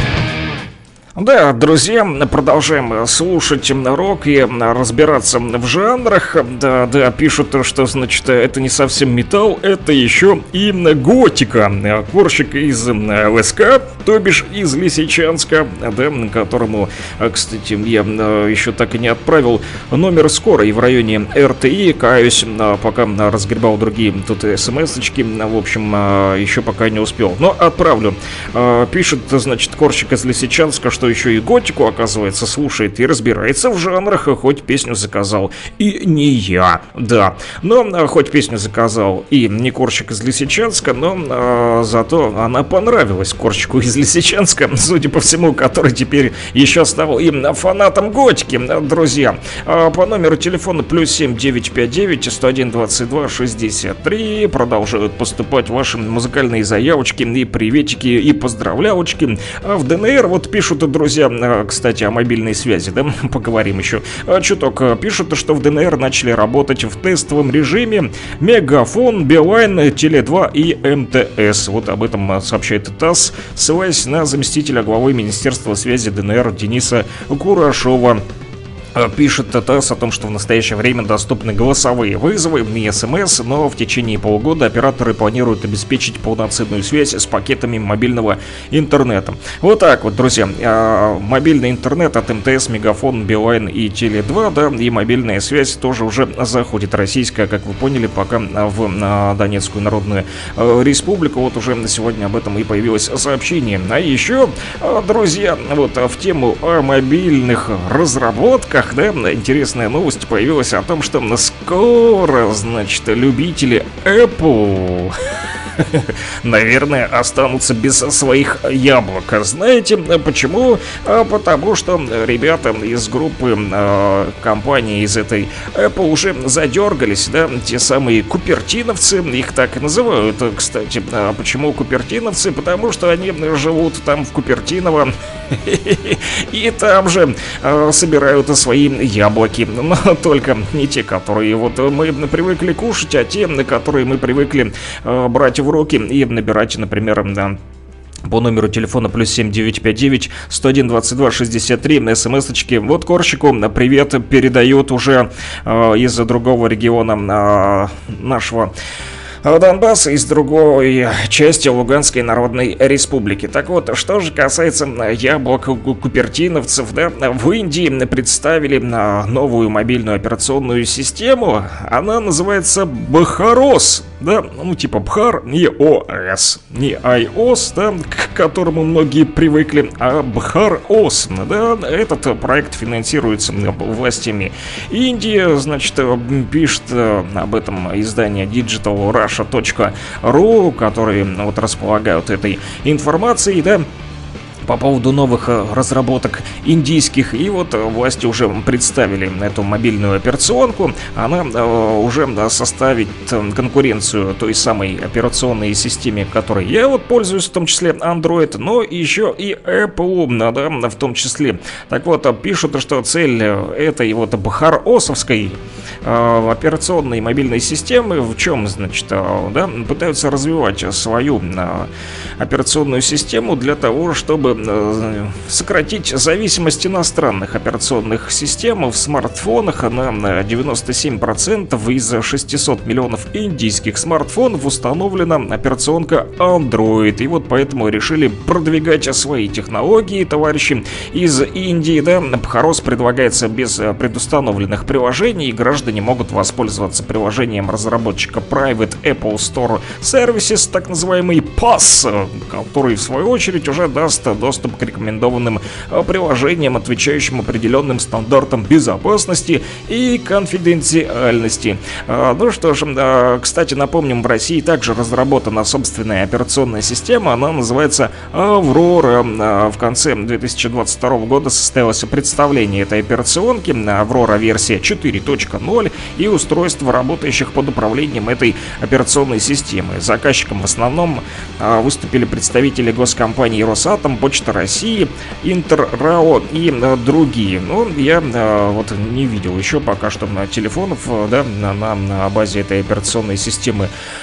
Да, друзья, продолжаем слушать рок и разбираться в жанрах. Да, да, пишут, что, значит, это не совсем металл, это еще и готика. Корщик из ЛСК, то бишь из Лисичанска, да, которому, кстати, я еще так и не отправил номер скорой в районе РТИ. Каюсь, пока разгребал другие тут смс-очки, в общем, еще пока не успел. Но отправлю. Пишет, значит, Корщик из Лисичанска, что еще и готику, оказывается, слушает и разбирается в жанрах, хоть песню заказал. И не я, да. Но хоть песню заказал и не Корщик из Лисичанска, но а, зато она понравилась Корщику из Лисичанска, судя по всему, который теперь еще стал именно фанатом готики. Друзья, а, по номеру телефона плюс семь девятьсот пятьдесят девять сто один двадцать два шестьдесят три продолжают поступать ваши музыкальные заявочки и приветики и поздравлялочки. А в ДНР вот пишут, друзья, кстати, о мобильной связи, да, поговорим еще чуток. Пишут, что в ДНР начали работать в тестовом режиме Мегафон, Билайн, Теле два и МТС. Вот об этом сообщает ТАСС, ссылаясь на заместителя главы Министерства связи ДНР Дениса Курашова. Пишет ТАСС о том, что в настоящее время доступны голосовые вызовы и СМС, но в течение полугода операторы планируют обеспечить полноценную связь с пакетами мобильного интернета. Вот так вот, друзья. Мобильный интернет от МТС, Мегафон, Билайн и Теле два, да, и мобильная связь тоже уже заходит. Российская, как вы поняли, пока в Донецкую Народную Республику. Вот уже сегодня об этом и появилось сообщение. А еще, друзья, вот в тему о мобильных разработках, да, интересная новость появилась о том, что скоро, значит, любители Apple наверное, останутся без своих яблок. Знаете почему? Потому что ребята из группы э, компании из этой Apple уже задергались, да, те самые купертиновцы, их так и называют, кстати. А почему купертиновцы? Потому что они живут там в Купертиново и там же э, собирают свои яблоки, но только не те, которые вот мы привыкли кушать, а те, которые мы привыкли э, брать в руки и набирать, например, да, по номеру телефона плюс семь девятьсот пятьдесят девять сто один двадцать два шестьдесят три смс-очки. Вот Корщику привет передают уже э, из другого региона э, нашего Донбасса, из другой части Луганской Народной Республики. Так вот, что же касается яблок купертиновцев, да, в Индии представили новую мобильную операционную систему. Она называется Бхарос, да, ну типа Бхар, не ОС, не iOS, да, к которому многие привыкли, а Бхарос, да. Этот проект финансируется властями Индии, значит, пишет об этом издание Digital Rush точка ру, которые вот располагают этой информацией, да, по поводу новых разработок индийских. И вот власти уже представили эту мобильную операционку. Она уже составит конкуренцию той самой операционной системе, которой я вот пользуюсь, в том числе Android, но еще и Apple, да, в том числе. Так вот, пишут, что цель этой вот бхаросовской э, операционной мобильной системы в чем, значит, э, да, пытаются развивать свою э, операционную систему для того, чтобы сократить зависимость иностранных операционных систем в смартфонах на девяносто семь процентов. Из шестисот миллионов индийских смартфонов установлена операционка Android. И вот поэтому решили продвигать свои технологии, товарищи из Индии. Да, Бхарос предлагается без предустановленных приложений. Граждане могут воспользоваться приложением разработчика Private Apple Store Services, так называемый пас, который в свою очередь уже даст доступ к рекомендованным приложениям, отвечающим определенным стандартам безопасности и конфиденциальности. Ну что ж, кстати, напомним, в России также разработана собственная операционная система. Она называется Аврора. В конце две тысячи двадцать второго года состоялось представление этой операционки. Аврора версия четыре точка ноль и устройств, работающих под управлением этой операционной системы. Заказчиком в основном выступили представители госкомпаний Росатом, Почта России, Интеррао и а, другие. Но я а, вот не видел еще пока что на телефонов, да, на, на базе этой операционной системы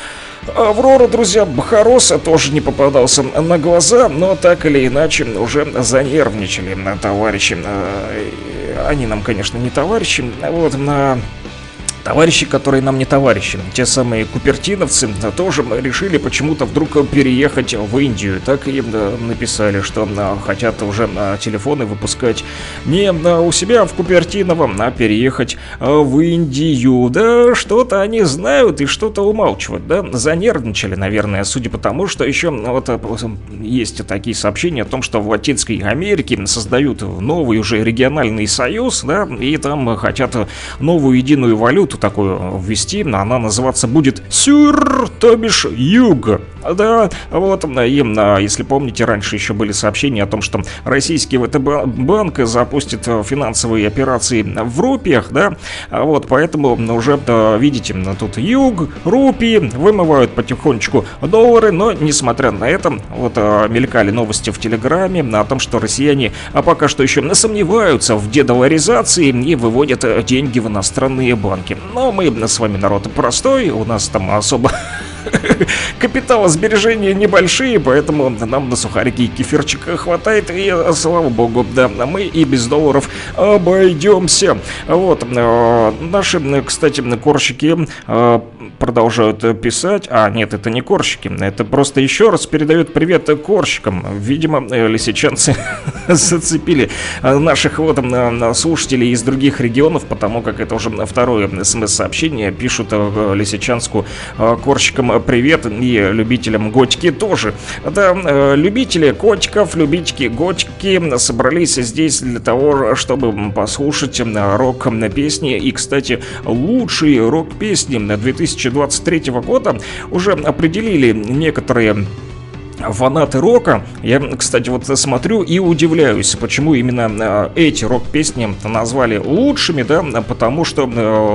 Аврора, друзья, Бахароса тоже не попадался на глаза, но так или иначе уже занервничали товарищи. Они нам, конечно, не товарищи, вот на... Товарищи, которые нам не товарищи, те самые купертиновцы, тоже решили почему-то вдруг переехать в Индию. Так и написали, что хотят уже телефоны выпускать не у себя в Купертиново, а переехать в Индию. Да, что-то они знают и что-то умалчивают, да, занервничали, наверное, судя по тому, что еще вот есть такие сообщения о том, что в Латинской Америке создают новый уже региональный союз, да, и там хотят новую единую валюту такую ввести, она называться будет Сюр, то бишь Юг. Да, вот, и, если помните, раньше еще были сообщения о том, что российский ВТБ-банк запустит финансовые операции в рупиях, да, вот, поэтому уже, видите, тут Юг, рупии, вымывают потихонечку доллары, но, несмотря на это, вот, мелькали новости в Телеграме о том, что россияне а пока что еще сомневаются в дедоларизации и выводят деньги в иностранные банки. Но мы с вами народ простой, у нас там особо капиталосбережения небольшие, поэтому нам на сухарики и кефирчика хватает, и, слава богу, да, мы и без долларов обойдемся. Вот, наши, кстати, корщики продолжают писать. А, нет, это не корщики, это просто еще раз передают привет корщикам. Видимо, лисичанцы зацепили наших вот слушателей из других регионов, потому как это уже второе смс-сообщение. Пишут лисичанску корщикам привет, и любителям готики тоже. Да, любители котиков, любители готики собрались здесь для того, чтобы послушать рок-песни. И, кстати, лучшие рок-песни две тысячи двадцать третьего года уже определили некоторые фанаты рока. Я, кстати, вот смотрю и удивляюсь, почему именно эти рок-песни назвали лучшими, да, потому что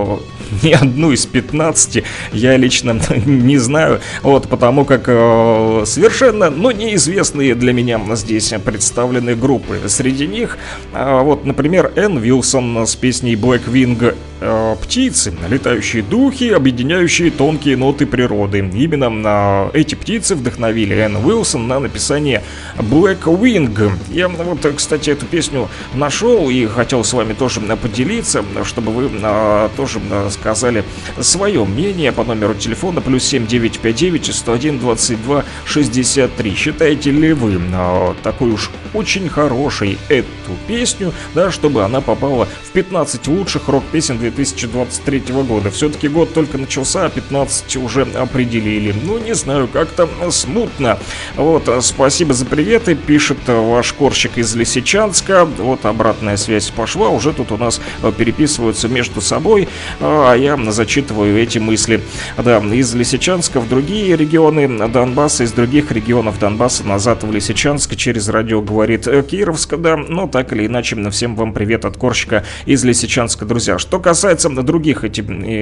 э, ни одну из пятнадцати я лично не знаю, вот, потому как э, совершенно, ну, неизвестные для меня здесь представлены группы. Среди них, э, вот, например, Энн Вилсон с песней Black Wing э, «Птицы», летающие духи, объединяющие тонкие ноты природы. Именно э, эти птицы вдохновили Энн Уилсон на написание Black Wing. Я вот, кстати, эту песню нашел и хотел с вами тоже поделиться, чтобы вы а, тоже а, сказали свое мнение по номеру телефона плюс семь девять пять девять сто один двадцать два шестьдесят три. Считаете ли вы а, такой уж очень хорошей эту песню, да, чтобы она попала в пятнадцать лучших рок-песен две тысячи двадцать третьего года? Все-таки год только начался, а пятнадцать уже определили. Ну, не знаю, как-то смутно. Вот, спасибо за приветы, пишет ваш корщик из Лисичанска. Вот обратная связь пошла, уже тут у нас переписываются между собой, а я зачитываю эти мысли. Да, из Лисичанска в другие регионы Донбасса, из других регионов Донбасса назад в Лисичанск через радио говорит Кировск, да, но так или иначе, всем вам привет от корщика из Лисичанска, друзья. Что касается других этих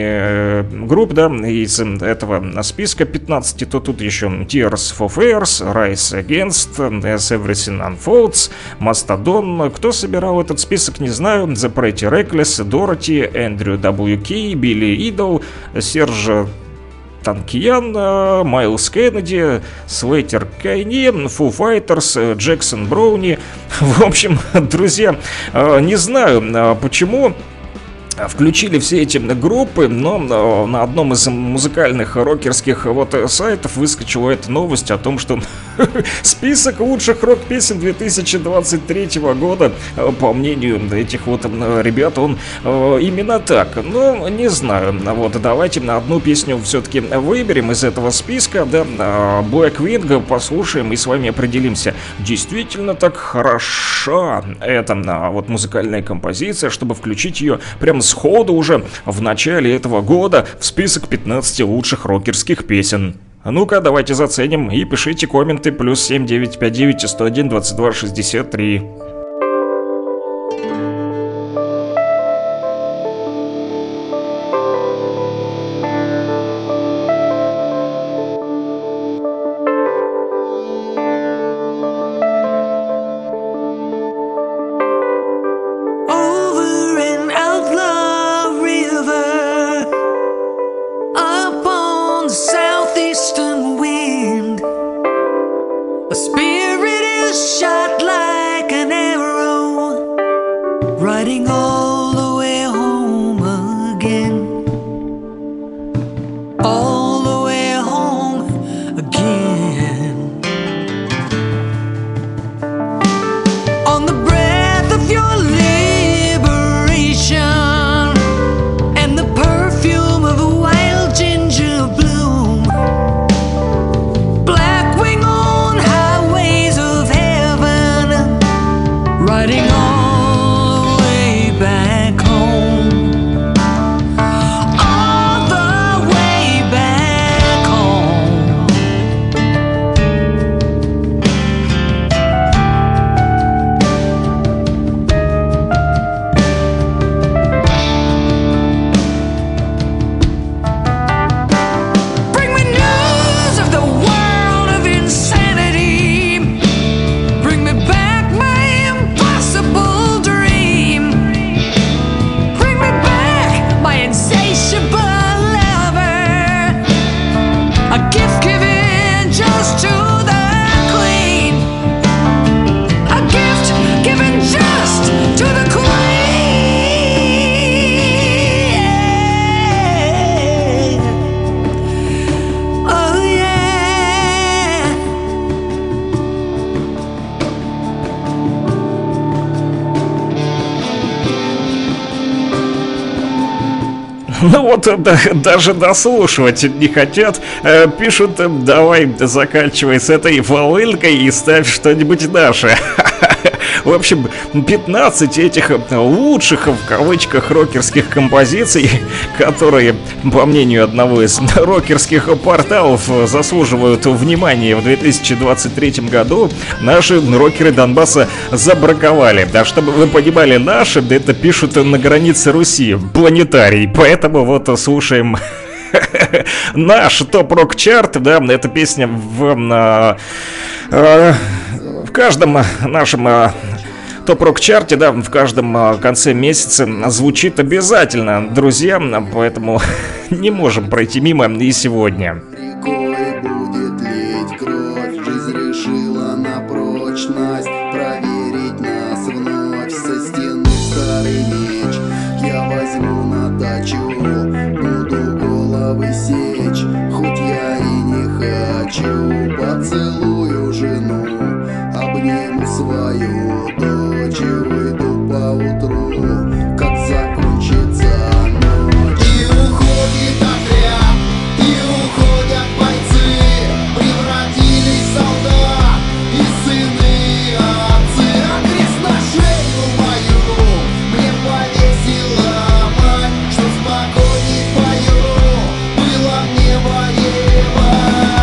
э, групп, да, из этого списка пятнадцати, то тут еще Tears for Fears, Rise Against, As Everything Unfolds, Mastodon. Кто собирал этот список, не знаю. The Pretty Reckless, Dorothy, Эндрю дабл ю Кей, Билли Идол, Серж Танкиян, Майлз Кеннеди, Слейтер Кайни, Foo Fighters, Джексон Броуни. В общем, друзья, не знаю, почему включили все эти группы, но на одном из музыкальных рокерских вот сайтов выскочила эта новость о том, что список лучших рок-песен две тысячи двадцать третьего года, по мнению этих вот ребят, он именно так. Ну, не знаю, вот давайте на одну песню все-таки выберем из этого списка, да, Black Wing послушаем и с вами определимся, действительно так хороша эта вот музыкальная композиция, чтобы включить ее прямо сходу уже в начале этого года в список пятнадцати лучших рокерских песен. Ну-ка, давайте заценим и пишите комменты плюс семь девять пять девять сто один двадцать два шестьдесят три. Southeast Ну вот, да, даже дослушивать не хотят. Э, пишут, давай заканчивай с этой волынкой и ставь что-нибудь наше. В общем, пятнадцать этих лучших, в кавычках, рокерских композиций, которые, по мнению одного из рокерских порталов, заслуживают внимания в две тысячи двадцать третьем году, наши рокеры Донбасса забраковали. Да, чтобы вы понимали, наши, да, это пишут на границе Руси, планетарий. Поэтому вот слушаем наш топ-рок-чарт, да, эта песня в... А, а, в каждом нашем а, топ-рок-чарте, да, в каждом а, конце месяца звучит обязательно, друзья, поэтому не можем пройти мимо и сегодня. Рекой будет лить кровь, жизнь решила на прочность проверить нас вновь. Со стены старый меч я возьму на дачу, буду головы сечь, хоть я и не хочу. Поцелую жену, обниму свою дочь и выйду поутру, как закончится ночь. И уходит отряд, и уходят бойцы, превратились в солдат и сыны отцы. А крест на шею мою мне повесила мать, что спокойней пою, было мне воевать.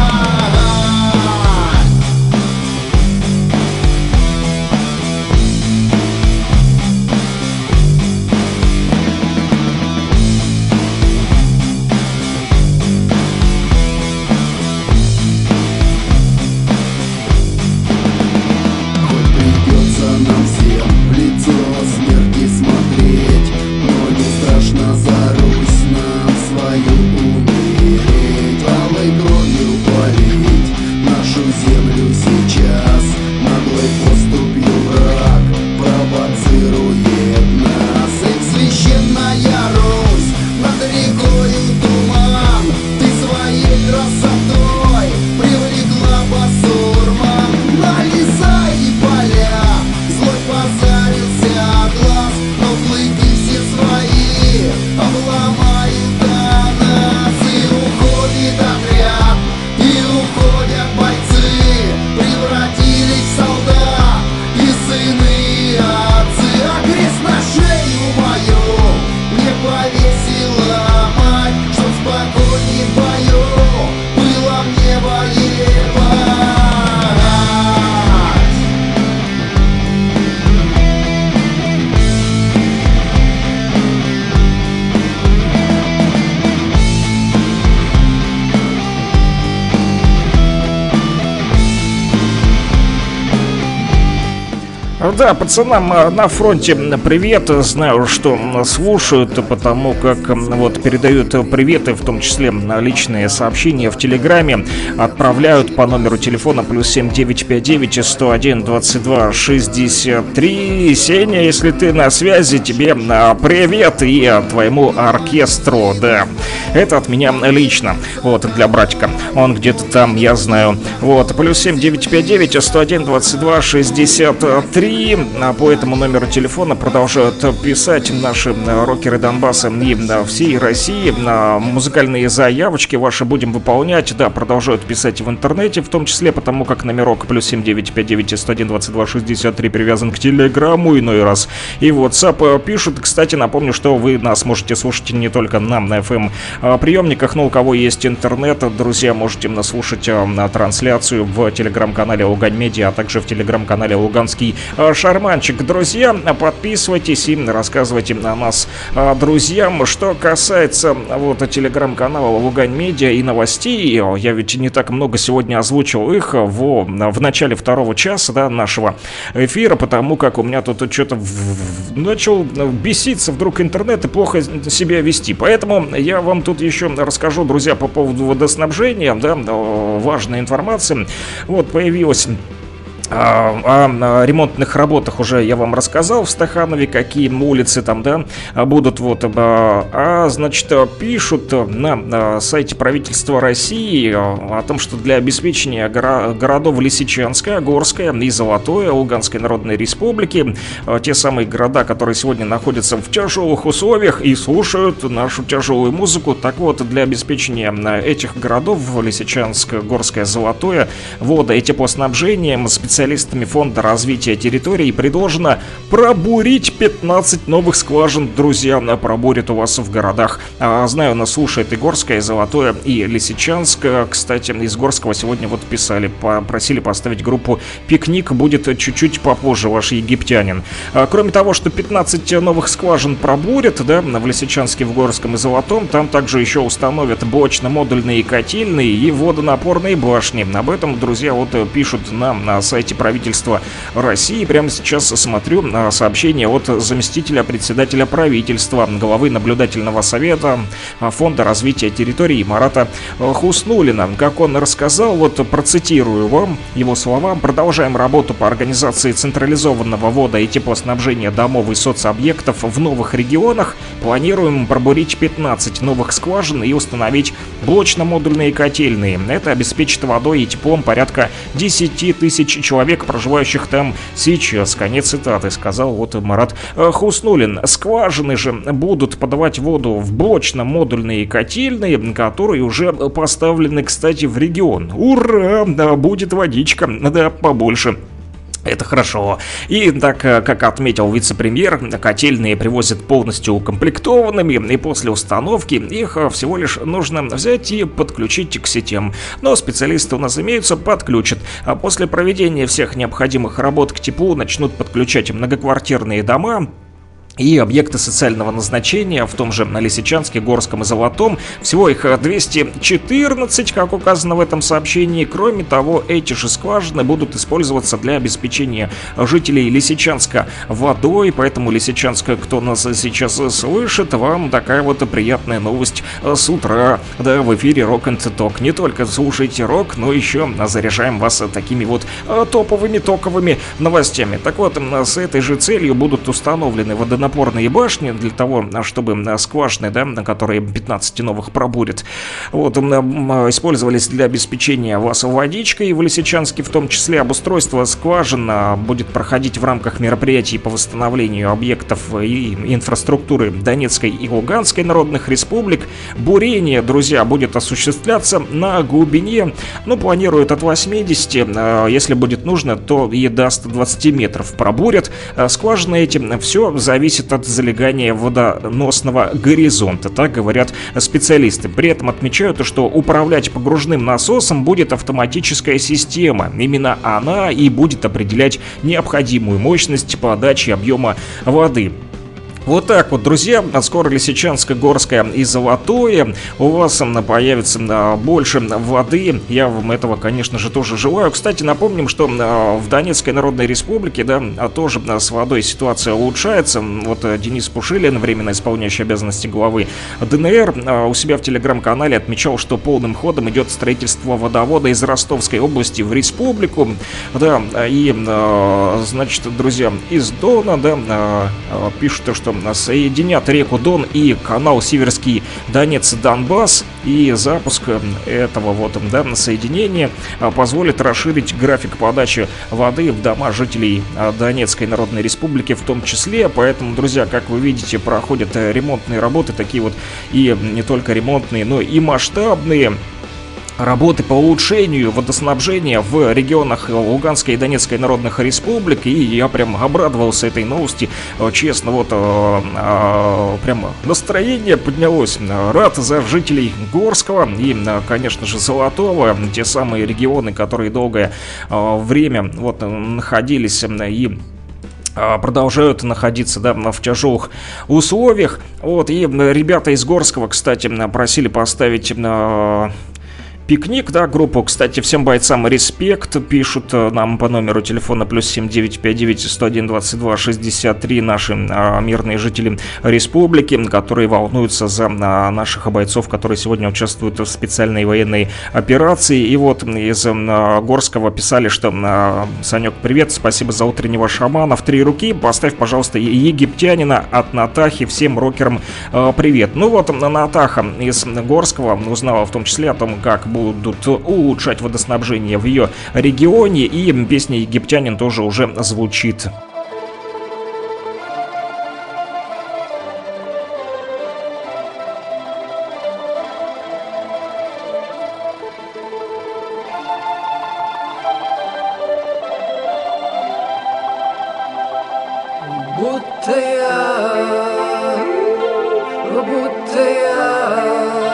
Придется нам всем в лицо смерти смотреть, но не страшно за Русь нам свою умереть. Алой кровью полить нашу землю сейчас, наглой поступью враг провоцирует нас. Эх, священная Русь, над рекою туман, ты своей красотой привлекла басурман. На леса и поля злой позарился глаз, но клыки все свои обломают до нас. И уходит отряд, и уходят бойцы, превратились в солдат и сыны отцы. А крест на шею мою мне повесила мать, чтоб спокойней в бою было мне воевать. Да, пацанам на фронте привет, знаю, что слушают, потому как вот передают приветы, в том числе личные сообщения в Телеграме, отправляют по номеру телефона плюс семь девять пять девять сто один двадцать два шестьдесят три. Сеня, если ты на связи, тебе привет и твоему оркестру, да, это от меня лично, вот, для братика, он где-то там, я знаю, вот, плюс семь девять пять девять сто один двадцать два шестьдесят три. По этому номеру телефона продолжают писать наши рокеры Донбасса и всей России. Музыкальные заявочки ваши будем выполнять. Да, продолжают писать в интернете, в том числе, потому как номерок плюс семь девять пять девять сто один двадцать два шестьдесят три привязан к Телеграмму иной раз. И WhatsApp пишут. Кстати, напомню, что вы нас можете слушать не только на, на эф эм приемниках, но у кого есть интернет, друзья, можете нас слушать на трансляцию в телеграм-канале Лугань Медиа, а также в телеграм-канале Луганский Шарманчик. Друзья, подписывайтесь и рассказывайте о нас друзьям. Что касается вот телеграм-канала Лугань Медиа и новостей, я ведь не так много сегодня озвучил их в, в начале второго часа, да, нашего эфира, потому как у меня тут что-то начал беситься вдруг интернет и плохо себя вести. Поэтому я вам тут еще расскажу, друзья, по поводу водоснабжения, да, важная информация. Вот появилась О, о ремонтных работах уже я вам рассказал в Стаханове, какие улицы там, да, будут. Вот, а, значит, пишут на, на сайте правительства России о том, что для обеспечения горо- городов Лисичанская, Горская и Золотое Луганской Народной Республики, те самые города, которые сегодня находятся в тяжелых условиях и слушают нашу тяжелую музыку, так вот, для обеспечения этих городов Лисичанск, Горское, Золотое, вода и теплоснабжением специалистами Фонда развития территорий предложено пробурить пятнадцать новых скважин, друзья, пробурят у вас в городах. А, знаю, нас слушает и Горское, и Золотое, и Лисичанск. Кстати, из Горского сегодня вот писали, попросили поставить группу «Пикник», будет чуть-чуть попозже, ваш египтянин. А, кроме того, что пятнадцать новых скважин пробурят, да, в Лисичанске, в Горском и Золотом, там также еще установят блочно-модульные котельные и водонапорные башни. Об этом, друзья, вот пишут нам на сайте правительства России. Прямо сейчас смотрю на сообщение от заместителя председателя правительства, главы наблюдательного совета Фонда развития территорий Марата Хуснуллина. Как он рассказал, вот процитирую вам его слова: продолжаем работу по организации централизованного вода- и теплоснабжения домов и соцобъектов в новых регионах. Планируем пробурить пятнадцать новых скважин и установить блочно-модульные котельные. Это обеспечит водой и теплом порядка десять тысяч человек, проживающих там сейчас. Конец цитаты, сказал вот Марат Хуснуллин. Скважины же будут подавать воду в блочно-модульные котельные, которые уже поставлены, кстати, в регион. Ура! Да, будет водичка, да, побольше. Это хорошо. И так, как отметил вице-премьер, котельные привозят полностью укомплектованными, и после установки их всего лишь нужно взять и подключить к сетям. Но специалисты у нас имеются, подключат. А после проведения всех необходимых работ к теплу начнут подключать многоквартирные дома и объекты социального назначения в том же Лисичанске, Горском и Золотом. Всего их двести четырнадцать, как указано в этом сообщении. Кроме того, эти же скважины будут использоваться для обеспечения жителей Лисичанска водой. Поэтому, Лисичанска, кто нас сейчас слышит, вам такая вот приятная новость с утра. Да, в эфире Rock and Talk. Не только слушайте рок, но еще заряжаем вас такими вот топовыми, токовыми новостями. Так вот, с этой же целью будут установлены водонапорные напорные башни для того, чтобы скважины, да, которые пятнадцать новых пробурят, вот, использовались для обеспечения вас водичкой в Лисичанске, в том числе. Обустройство скважин будет проходить в рамках мероприятий по восстановлению объектов и инфраструктуры Донецкой и Луганской народных республик. Бурение, друзья, будет осуществляться на глубине, ну, планируют от восьмидесяти, если будет нужно, то и до ста двадцати метров пробурят. Скважины эти, все зависит от залегания водоносного горизонта, так говорят специалисты. При этом отмечают, что управлять погружным насосом будет автоматическая система. Именно она и будет определять необходимую мощность подачи объема воды. Вот так вот, друзья, скоро Лисичанск, Горское и Золотое у вас появится больше воды. Я вам этого, конечно же, тоже желаю. Кстати, напомним, что в Донецкой Народной Республике, да, тоже с водой ситуация улучшается. Вот Денис Пушилин, временно исполняющий обязанности главы ДНР, у себя в телеграм-канале отмечал, что полным ходом идет строительство водовода из Ростовской области в республику. Да, и, значит, друзья, из Дона, да, пишут, что соединят реку Дон и канал Северский Донец-Донбасс, и запуск этого вот, да, соединения позволит расширить график подачи воды в дома жителей Донецкой Народной Республики в том числе. Поэтому, друзья, как вы видите, проходят ремонтные работы, такие вот, и не только ремонтные, но и масштабные работы по улучшению водоснабжения в регионах Луганской и Донецкой народных республик. И я прям обрадовался этой новости, честно, вот прям настроение поднялось. Рад за жителей Горского и, конечно же, Золотого, те самые регионы, которые долгое время вот находились и продолжают находиться, да, в тяжелых условиях. Вот, и ребята из Горского, кстати, просили поставить Пикник, да, группу, кстати, всем бойцам респект, пишут нам по номеру телефона плюс семь девять пять девять сто один двадцать два шестьдесят три наши а, мирные жители республики, которые волнуются за а, наших бойцов, которые сегодня участвуют в специальной военной операции. И вот из а, Горского писали, что а, Санек, привет, спасибо за утреннего шамана в три руки, поставь, пожалуйста, египтянина от Натахи, всем рокерам а, привет. Ну вот, Натаха из Горского узнала в том числе о том, как будут улучшать водоснабжение в ее регионе, и песня «Египтянин» тоже уже звучит. Будто я, будто я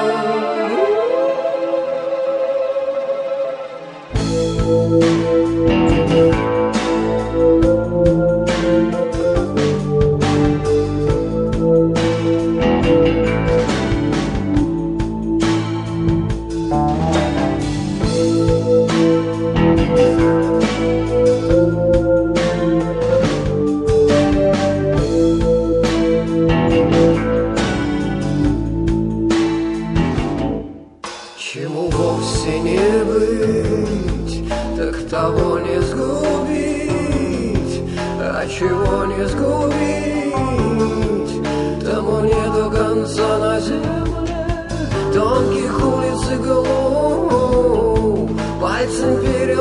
чему вовсе не быть, так того не сгубить, а чего не сгубить, тому не до конца на земле тонких улиц и глубь, пальцем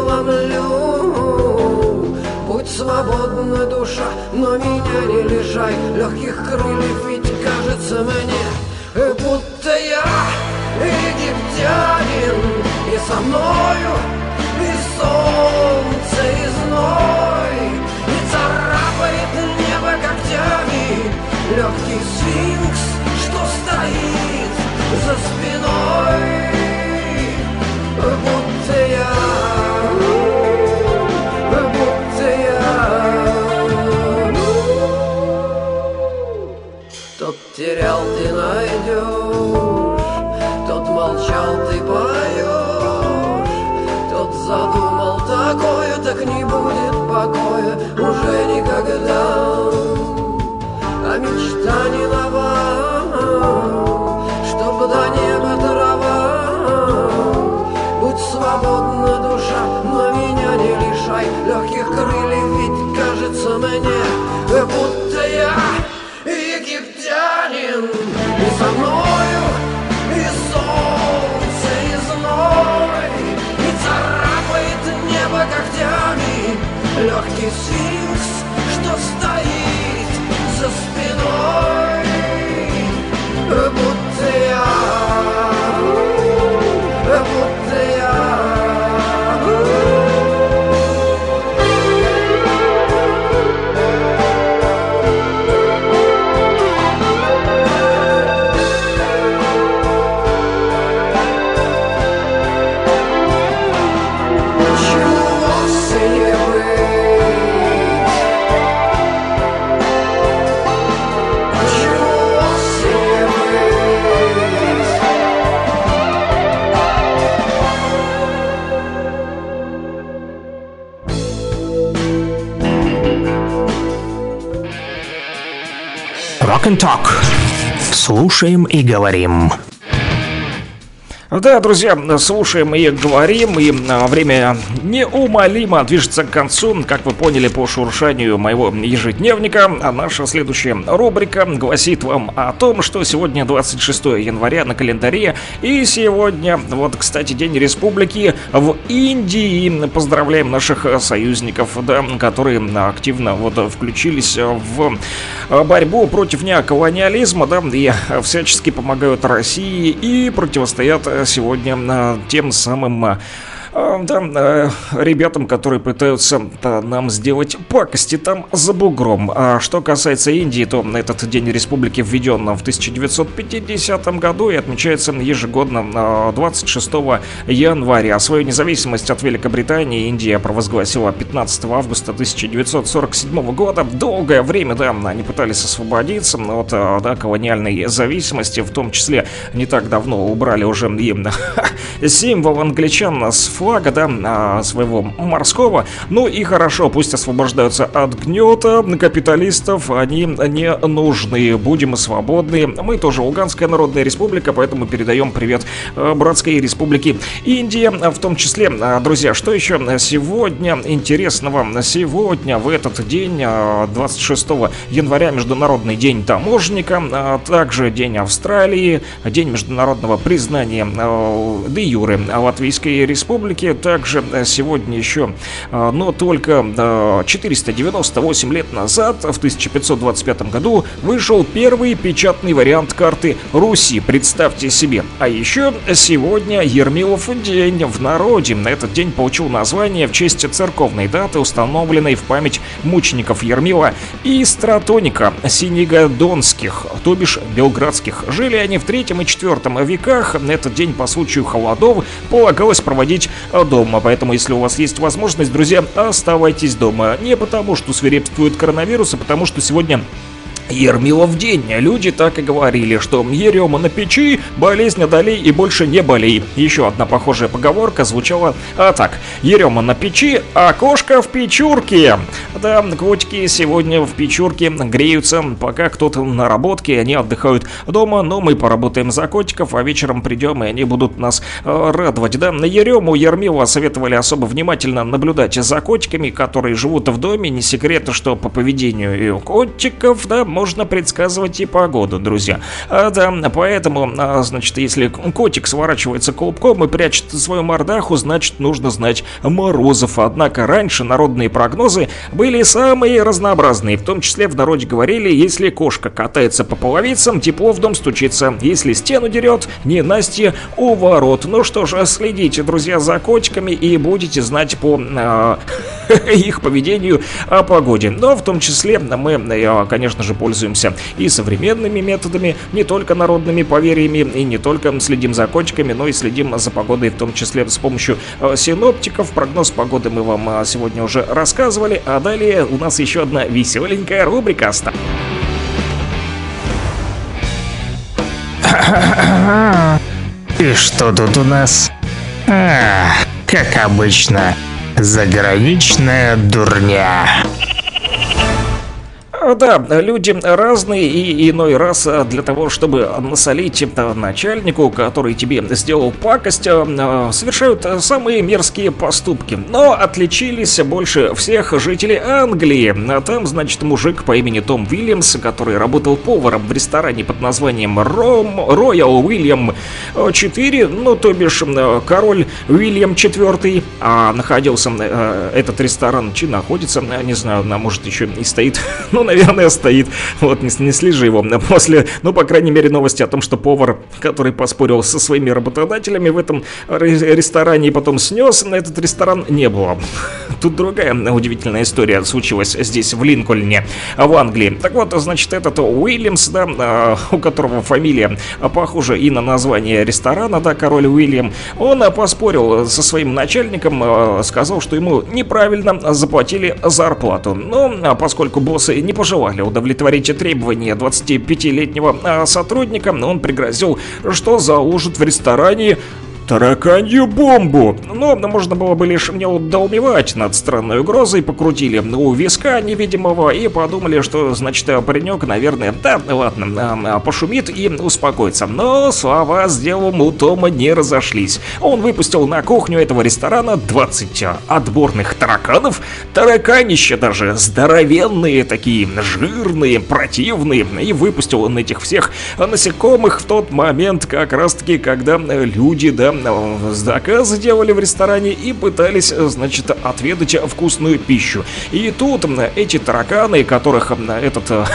переломлю. Будь свободна душа, но меня не лишай легких крыльев, ведь кажется мне, будто я египтянин, и со мною и солнце, и зной, и царапает небо когтями легкий сфинкс, что стоит за спиной. Будто я, будто я. Тот терял, ты найдешь, тот молчал, ты поешь, тот задумал такое, так не будет покоя уже никогда. А мечта не нова, чтоб до неба трава. Будь свободна душа, но меня не лишай легких крыльев, ведь кажется мне, будто я египтянин, и со мною и солнце, и зной, и царапает небо когтями легкий сфинкс, что стоит за спиной. Будто я, будто я. Rock and Talk. Слушаем и говорим. Да, друзья, слушаем и говорим, и время неумолимо движется к концу. Как вы поняли по шуршанию моего ежедневника, наша следующая рубрика гласит вам о том, что сегодня двадцать шестого января на календаре, и сегодня, вот, кстати, День Республики в Индии. Поздравляем наших союзников, да, которые активно вот включились в борьбу против неоколониализма, да, и всячески помогают России и противостоят сегодня тем самым э, да, э, ребятам, которые пытаются да, нам сделать пакости там за бугром. А что касается Индии, то этот День Республики введен в тысяча девятьсот пятидесятом году и отмечается ежегодно э, двадцать шестого января. Свою независимость от Великобритании Индия провозгласила пятнадцатого августа тысяча девятьсот сорок седьмого года. Долгое время, да, они пытались освободиться от да, колониальной зависимости, в том числе не так давно убрали уже им символ англичан с флага, да, своего морского. Ну и хорошо, пусть освобождаются от гнета капиталистов, они не нужны, будем свободны. Мы тоже Луганская Народная Республика, поэтому передаем привет братской республике Индия, в том числе. Друзья, что еще сегодня интересного? Сегодня, в этот день, двадцать шестого января, Международный день таможенника, а также День Австралии, День международного признания де юре Латвийской Республики. Также сегодня еще, но только четыреста девяносто восемь лет назад, в тысяча пятьсот двадцать пятом году, вышел первый печатный вариант карты Руси. Представьте себе. А еще сегодня Ермилов день в народе. Этот день получил название в честь церковной даты, установленной в память мучеников Ермила и Стратоника Синегодонских, то бишь белградских. Жили они в третьем и четвертом веках. Этот день по случаю холодов полагалось проводить дома. Поэтому, если у вас есть возможность, друзья, оставайтесь дома. Не потому, что свирепствует коронавирус, а потому, что сегодня Ермилов день. Люди так и говорили, что ерема на печи, болезнь одолей и больше не болей. Еще одна похожая поговорка звучала а так: ерема на печи, а кошка в печурке. Да, котики сегодня в печурке греются, пока кто-то на работке, они отдыхают дома, но мы поработаем за котиков, а вечером придем, и они будут нас э, радовать. Да, на ерему Ермила советовали особо внимательно наблюдать за котиками, которые живут в доме. Не секрет, что по поведению котиков, да, можно предсказывать и погоду, друзья. А, да, поэтому, а, значит, если котик сворачивается клубком и прячет свою мордаху, значит, нужно знать морозов. Однако раньше народные прогнозы были самые разнообразные. В том числе в народе говорили: если кошка катается по половицам, тепло в дом стучится. Если стену дерет, ненастье у ворот. Ну что ж, следите, друзья, за котиками и будете знать по а, их поведению о погоде. Но в том числе мы, а, конечно же, пользуемся и современными методами, не только народными поверьями, и не только следим за котиками, но и следим за погодой, в том числе с помощью э, синоптиков. Прогноз погоды мы вам э, сегодня уже рассказывали, а далее у нас еще одна веселенькая рубрика. И что тут у нас? А, как обычно, заграничная дурня. Да, люди разные, и иной раз для того, чтобы насолить начальнику, который тебе сделал пакость, совершают самые мерзкие поступки. Но отличились больше всех жители Англии. Там, значит, мужик по имени Том Уильямс, который работал поваром в ресторане под названием Ром, Royal William четыре, ну, то бишь король Уильям четвёртый. А находился этот ресторан, чи находится, не знаю, может еще и стоит, ну, наверное, стоит. Вот, не снесли же его после, ну, по крайней мере, новости о том, что повар, который поспорил со своими работодателями в этом ресторане и потом снес на этот ресторан, не было. Тут другая удивительная история случилась здесь, в Линкольне, в Англии. Так вот, значит, этот Уильямс, да, у которого фамилия похожа и на название ресторана, да, король Уильям, он поспорил со своим начальником, сказал, что ему неправильно заплатили зарплату. Но поскольку боссы не пожелали удовлетворить требования двадцатипятилетнего сотрудника, он пригрозил, что заложит в ресторане тараканью бомбу. Но можно было бы лишь недоумевать над странной угрозой. Покрутили у виска невидимого и подумали, что, значит, паренек, наверное, да, ладно, пошумит и успокоится. Но слова с делом у Тома не разошлись. Он выпустил на кухню этого ресторана двадцать отборных тараканов. Тараканища даже здоровенные, такие жирные, противные. И выпустил он этих всех насекомых в тот момент, как раз-таки, когда люди, да, заказы делали в ресторане и пытались, значит, отведать вкусную пищу. И тут эти тараканы, которых этот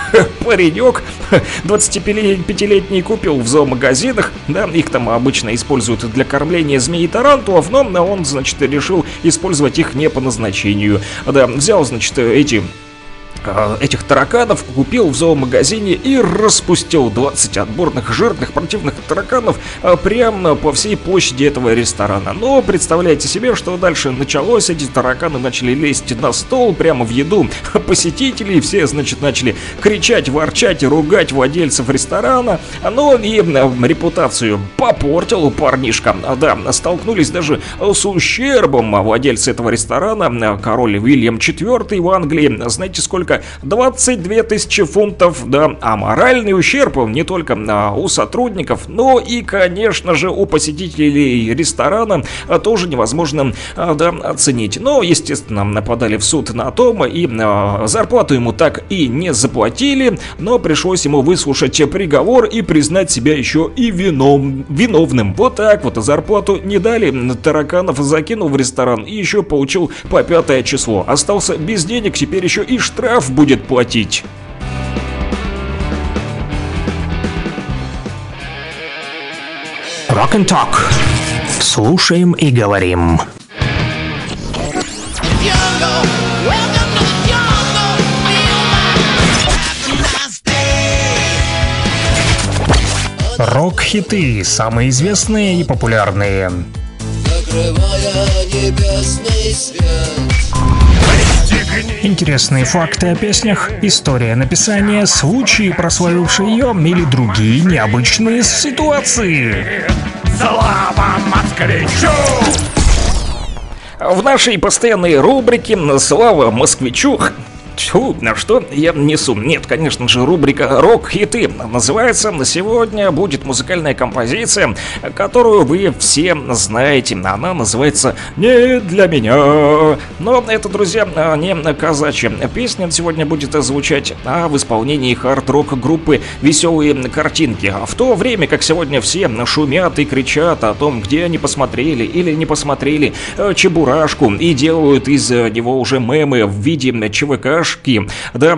паренек двадцатипятилетний купил в зоомагазинах, да, их там обычно используют для кормления змей и тарантулов, но он, значит, решил использовать их не по назначению. Да, взял, значит, эти... этих тараканов, купил в зоомагазине и распустил двадцать отборных жирных противных тараканов прямо по всей площади этого ресторана. Но представляете себе, что дальше началось. Эти тараканы начали лезть на стол прямо в еду посетителей. Все, значит, начали кричать, ворчать и ругать владельцев ресторана. Ну и репутацию попортил парнишка. Да, столкнулись даже с ущербом владельца этого ресторана, король Уильям четвёртый в Англии. Знаете, сколько? двадцать две тысячи фунтов, да, а моральный ущерб не только а, у сотрудников, но и, конечно же, у посетителей ресторана а, тоже невозможно а, да, оценить. Но, естественно, нападали в суд на том, и а, зарплату ему так и не заплатили, но пришлось ему выслушать приговор и признать себя еще и винов... виновным. Вот так вот, зарплату не дали, тараканов закинул в ресторан и еще получил по пятое число. Остался без денег, теперь еще и штраф будет платить. Rock and Talk. Слушаем и говорим. Рок-хиты, самые известные и популярные. Закрывая небесный свет. Интересные факты о песнях, история написания, случаи, прославившие ее, или другие необычные ситуации. Слава москвичу! В нашей постоянной рубрике «Слава москвичу» Тьфу, на что я несу? Нет, конечно же, рубрика «Рок-хиты» называется. Сегодня будет музыкальная композиция, которую вы все знаете. Она называется «Не для меня». Но это, друзья, не казачья песня сегодня будет звучать, а в исполнении хард-рок группы «Веселые картинки». В то время, как сегодня все шумят и кричат о том, где они посмотрели или не посмотрели Чебурашку, и делают из него уже мемы в виде ЧВК, да,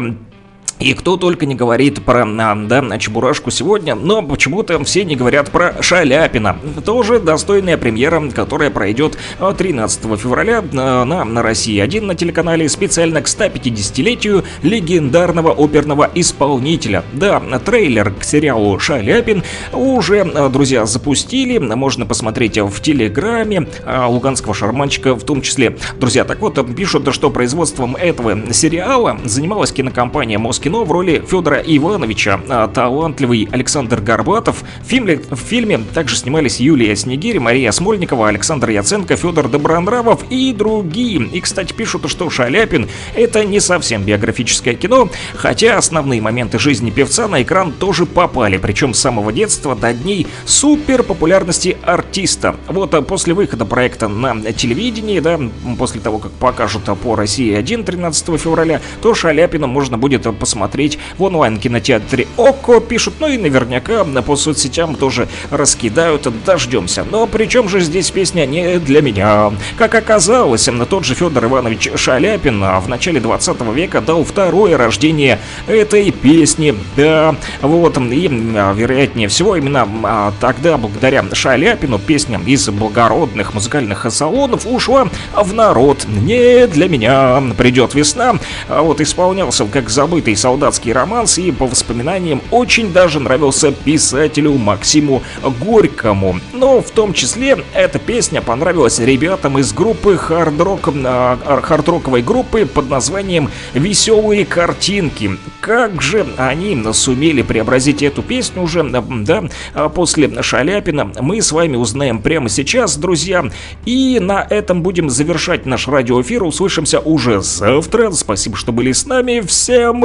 и кто только не говорит про, да, Чебурашку сегодня, но почему-то все не говорят про Шаляпина. Тоже достойная премьера, которая пройдет тринадцатого февраля на, на России один на телеканале специально к сто пятидесятилетию легендарного оперного исполнителя. Да, трейлер к сериалу «Шаляпин» уже, друзья, запустили, можно посмотреть в Телеграме луганского шарманщика в том числе. Друзья, так вот, пишут, что производством этого сериала занималась кинокомпания «Москино» в роли Федора Ивановича. А талантливый Александр Горбатов. В фильме, в фильме также снимались Юлия Снегирь, Мария Смольникова, Александр Яценко, Федор Добронравов и другие. И, кстати, пишут, что «Шаляпин» — это не совсем биографическое кино, хотя основные моменты жизни певца на экран тоже попали, причем с самого детства до дней супер популярности артиста. Вот после выхода проекта на телевидении, да, после того, как покажут по России один тринадцатого февраля, то «Шаляпина» можно будет посмотреть смотреть в онлайн-кинотеатре ОККО, пишут, ну и наверняка по соцсетям тоже раскидают, дождемся. Но при чем же здесь песня «Не для меня»? Как оказалось, тот же Федор Иванович Шаляпин в начале двадцатого века дал второе рождение этой песни. Да, вот, и вероятнее всего именно тогда, благодаря Шаляпину, песня из благородных музыкальных салонов ушла в народ. «Не для меня». «Придет весна», вот, исполнялся как забытый солдатский романс и, по воспоминаниям, очень даже нравился писателю Максиму Горькому. Но в том числе эта песня понравилась ребятам из группы хард-рок, хард-роковой группы под названием «Веселые картинки». Как же они сумели преобразить эту песню уже, да, после Шаляпина, мы с вами узнаем прямо сейчас, друзья. И на этом будем завершать наш радиоэфир. Услышимся уже завтра. Спасибо, что были с нами. Всем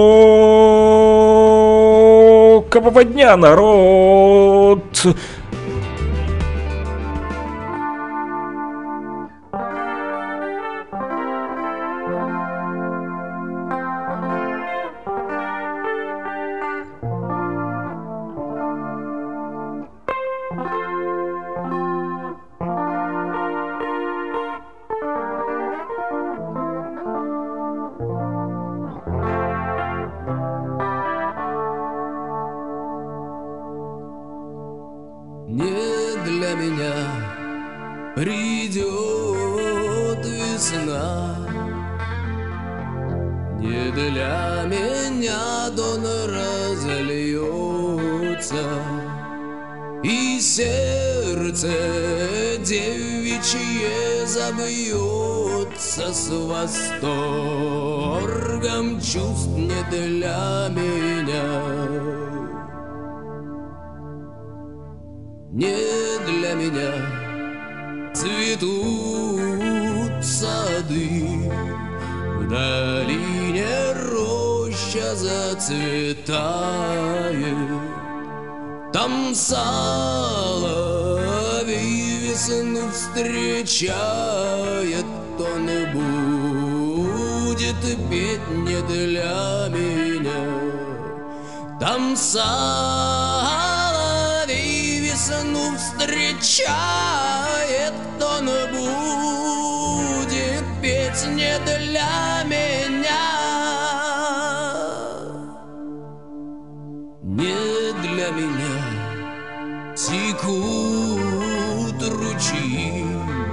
рокового дня, народ! Придет весна, не для меня дон разольется, и сердце девичье забьется с восторгом чувств не для меня, не для меня. Цветут сады, в долине роща зацветает, там соловей весну встречает, он будет петь не для меня. Там соловей весну встречает, он будет петь не для меня, не для меня. Текут ручьи,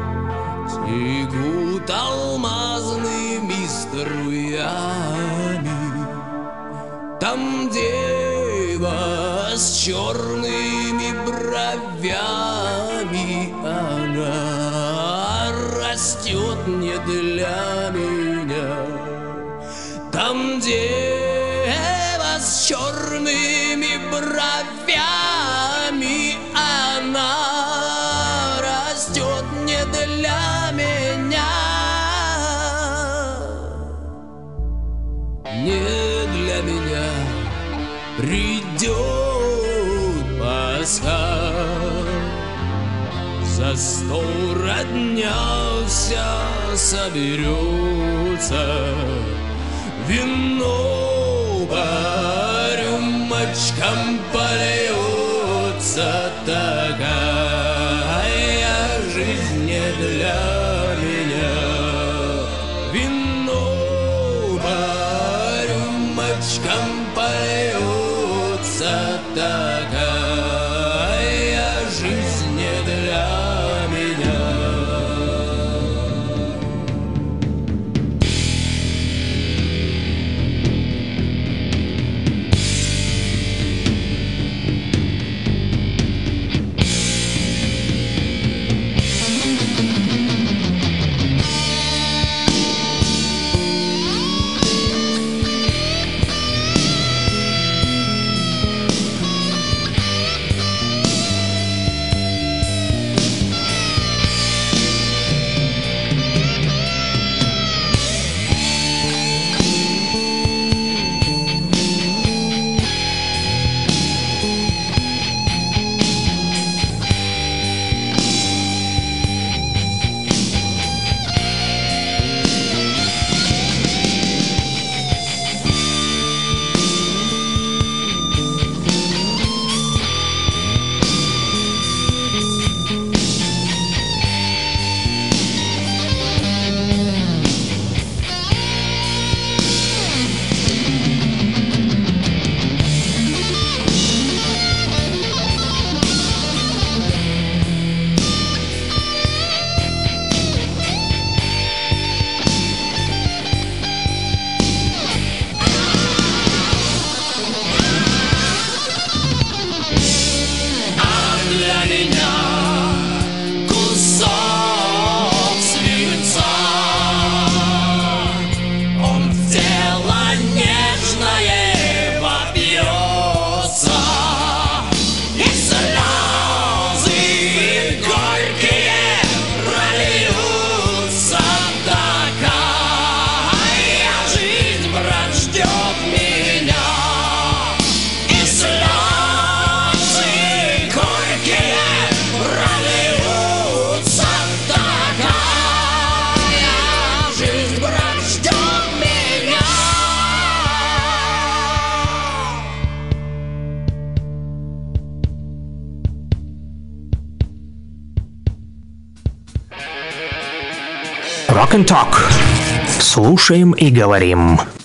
текут алмазными струями, там дева с черными бровями, она растет не для меня. Там дева с черными бровями, она растет не для меня, не для меня. Придет Пасха, за стол родня вся соберется, вино по рюмочкам польется, такая жизнь не для меня. Вино по рюмочкам польется, такая жизнь не для меня. Rock and Talk. Слушаем и говорим.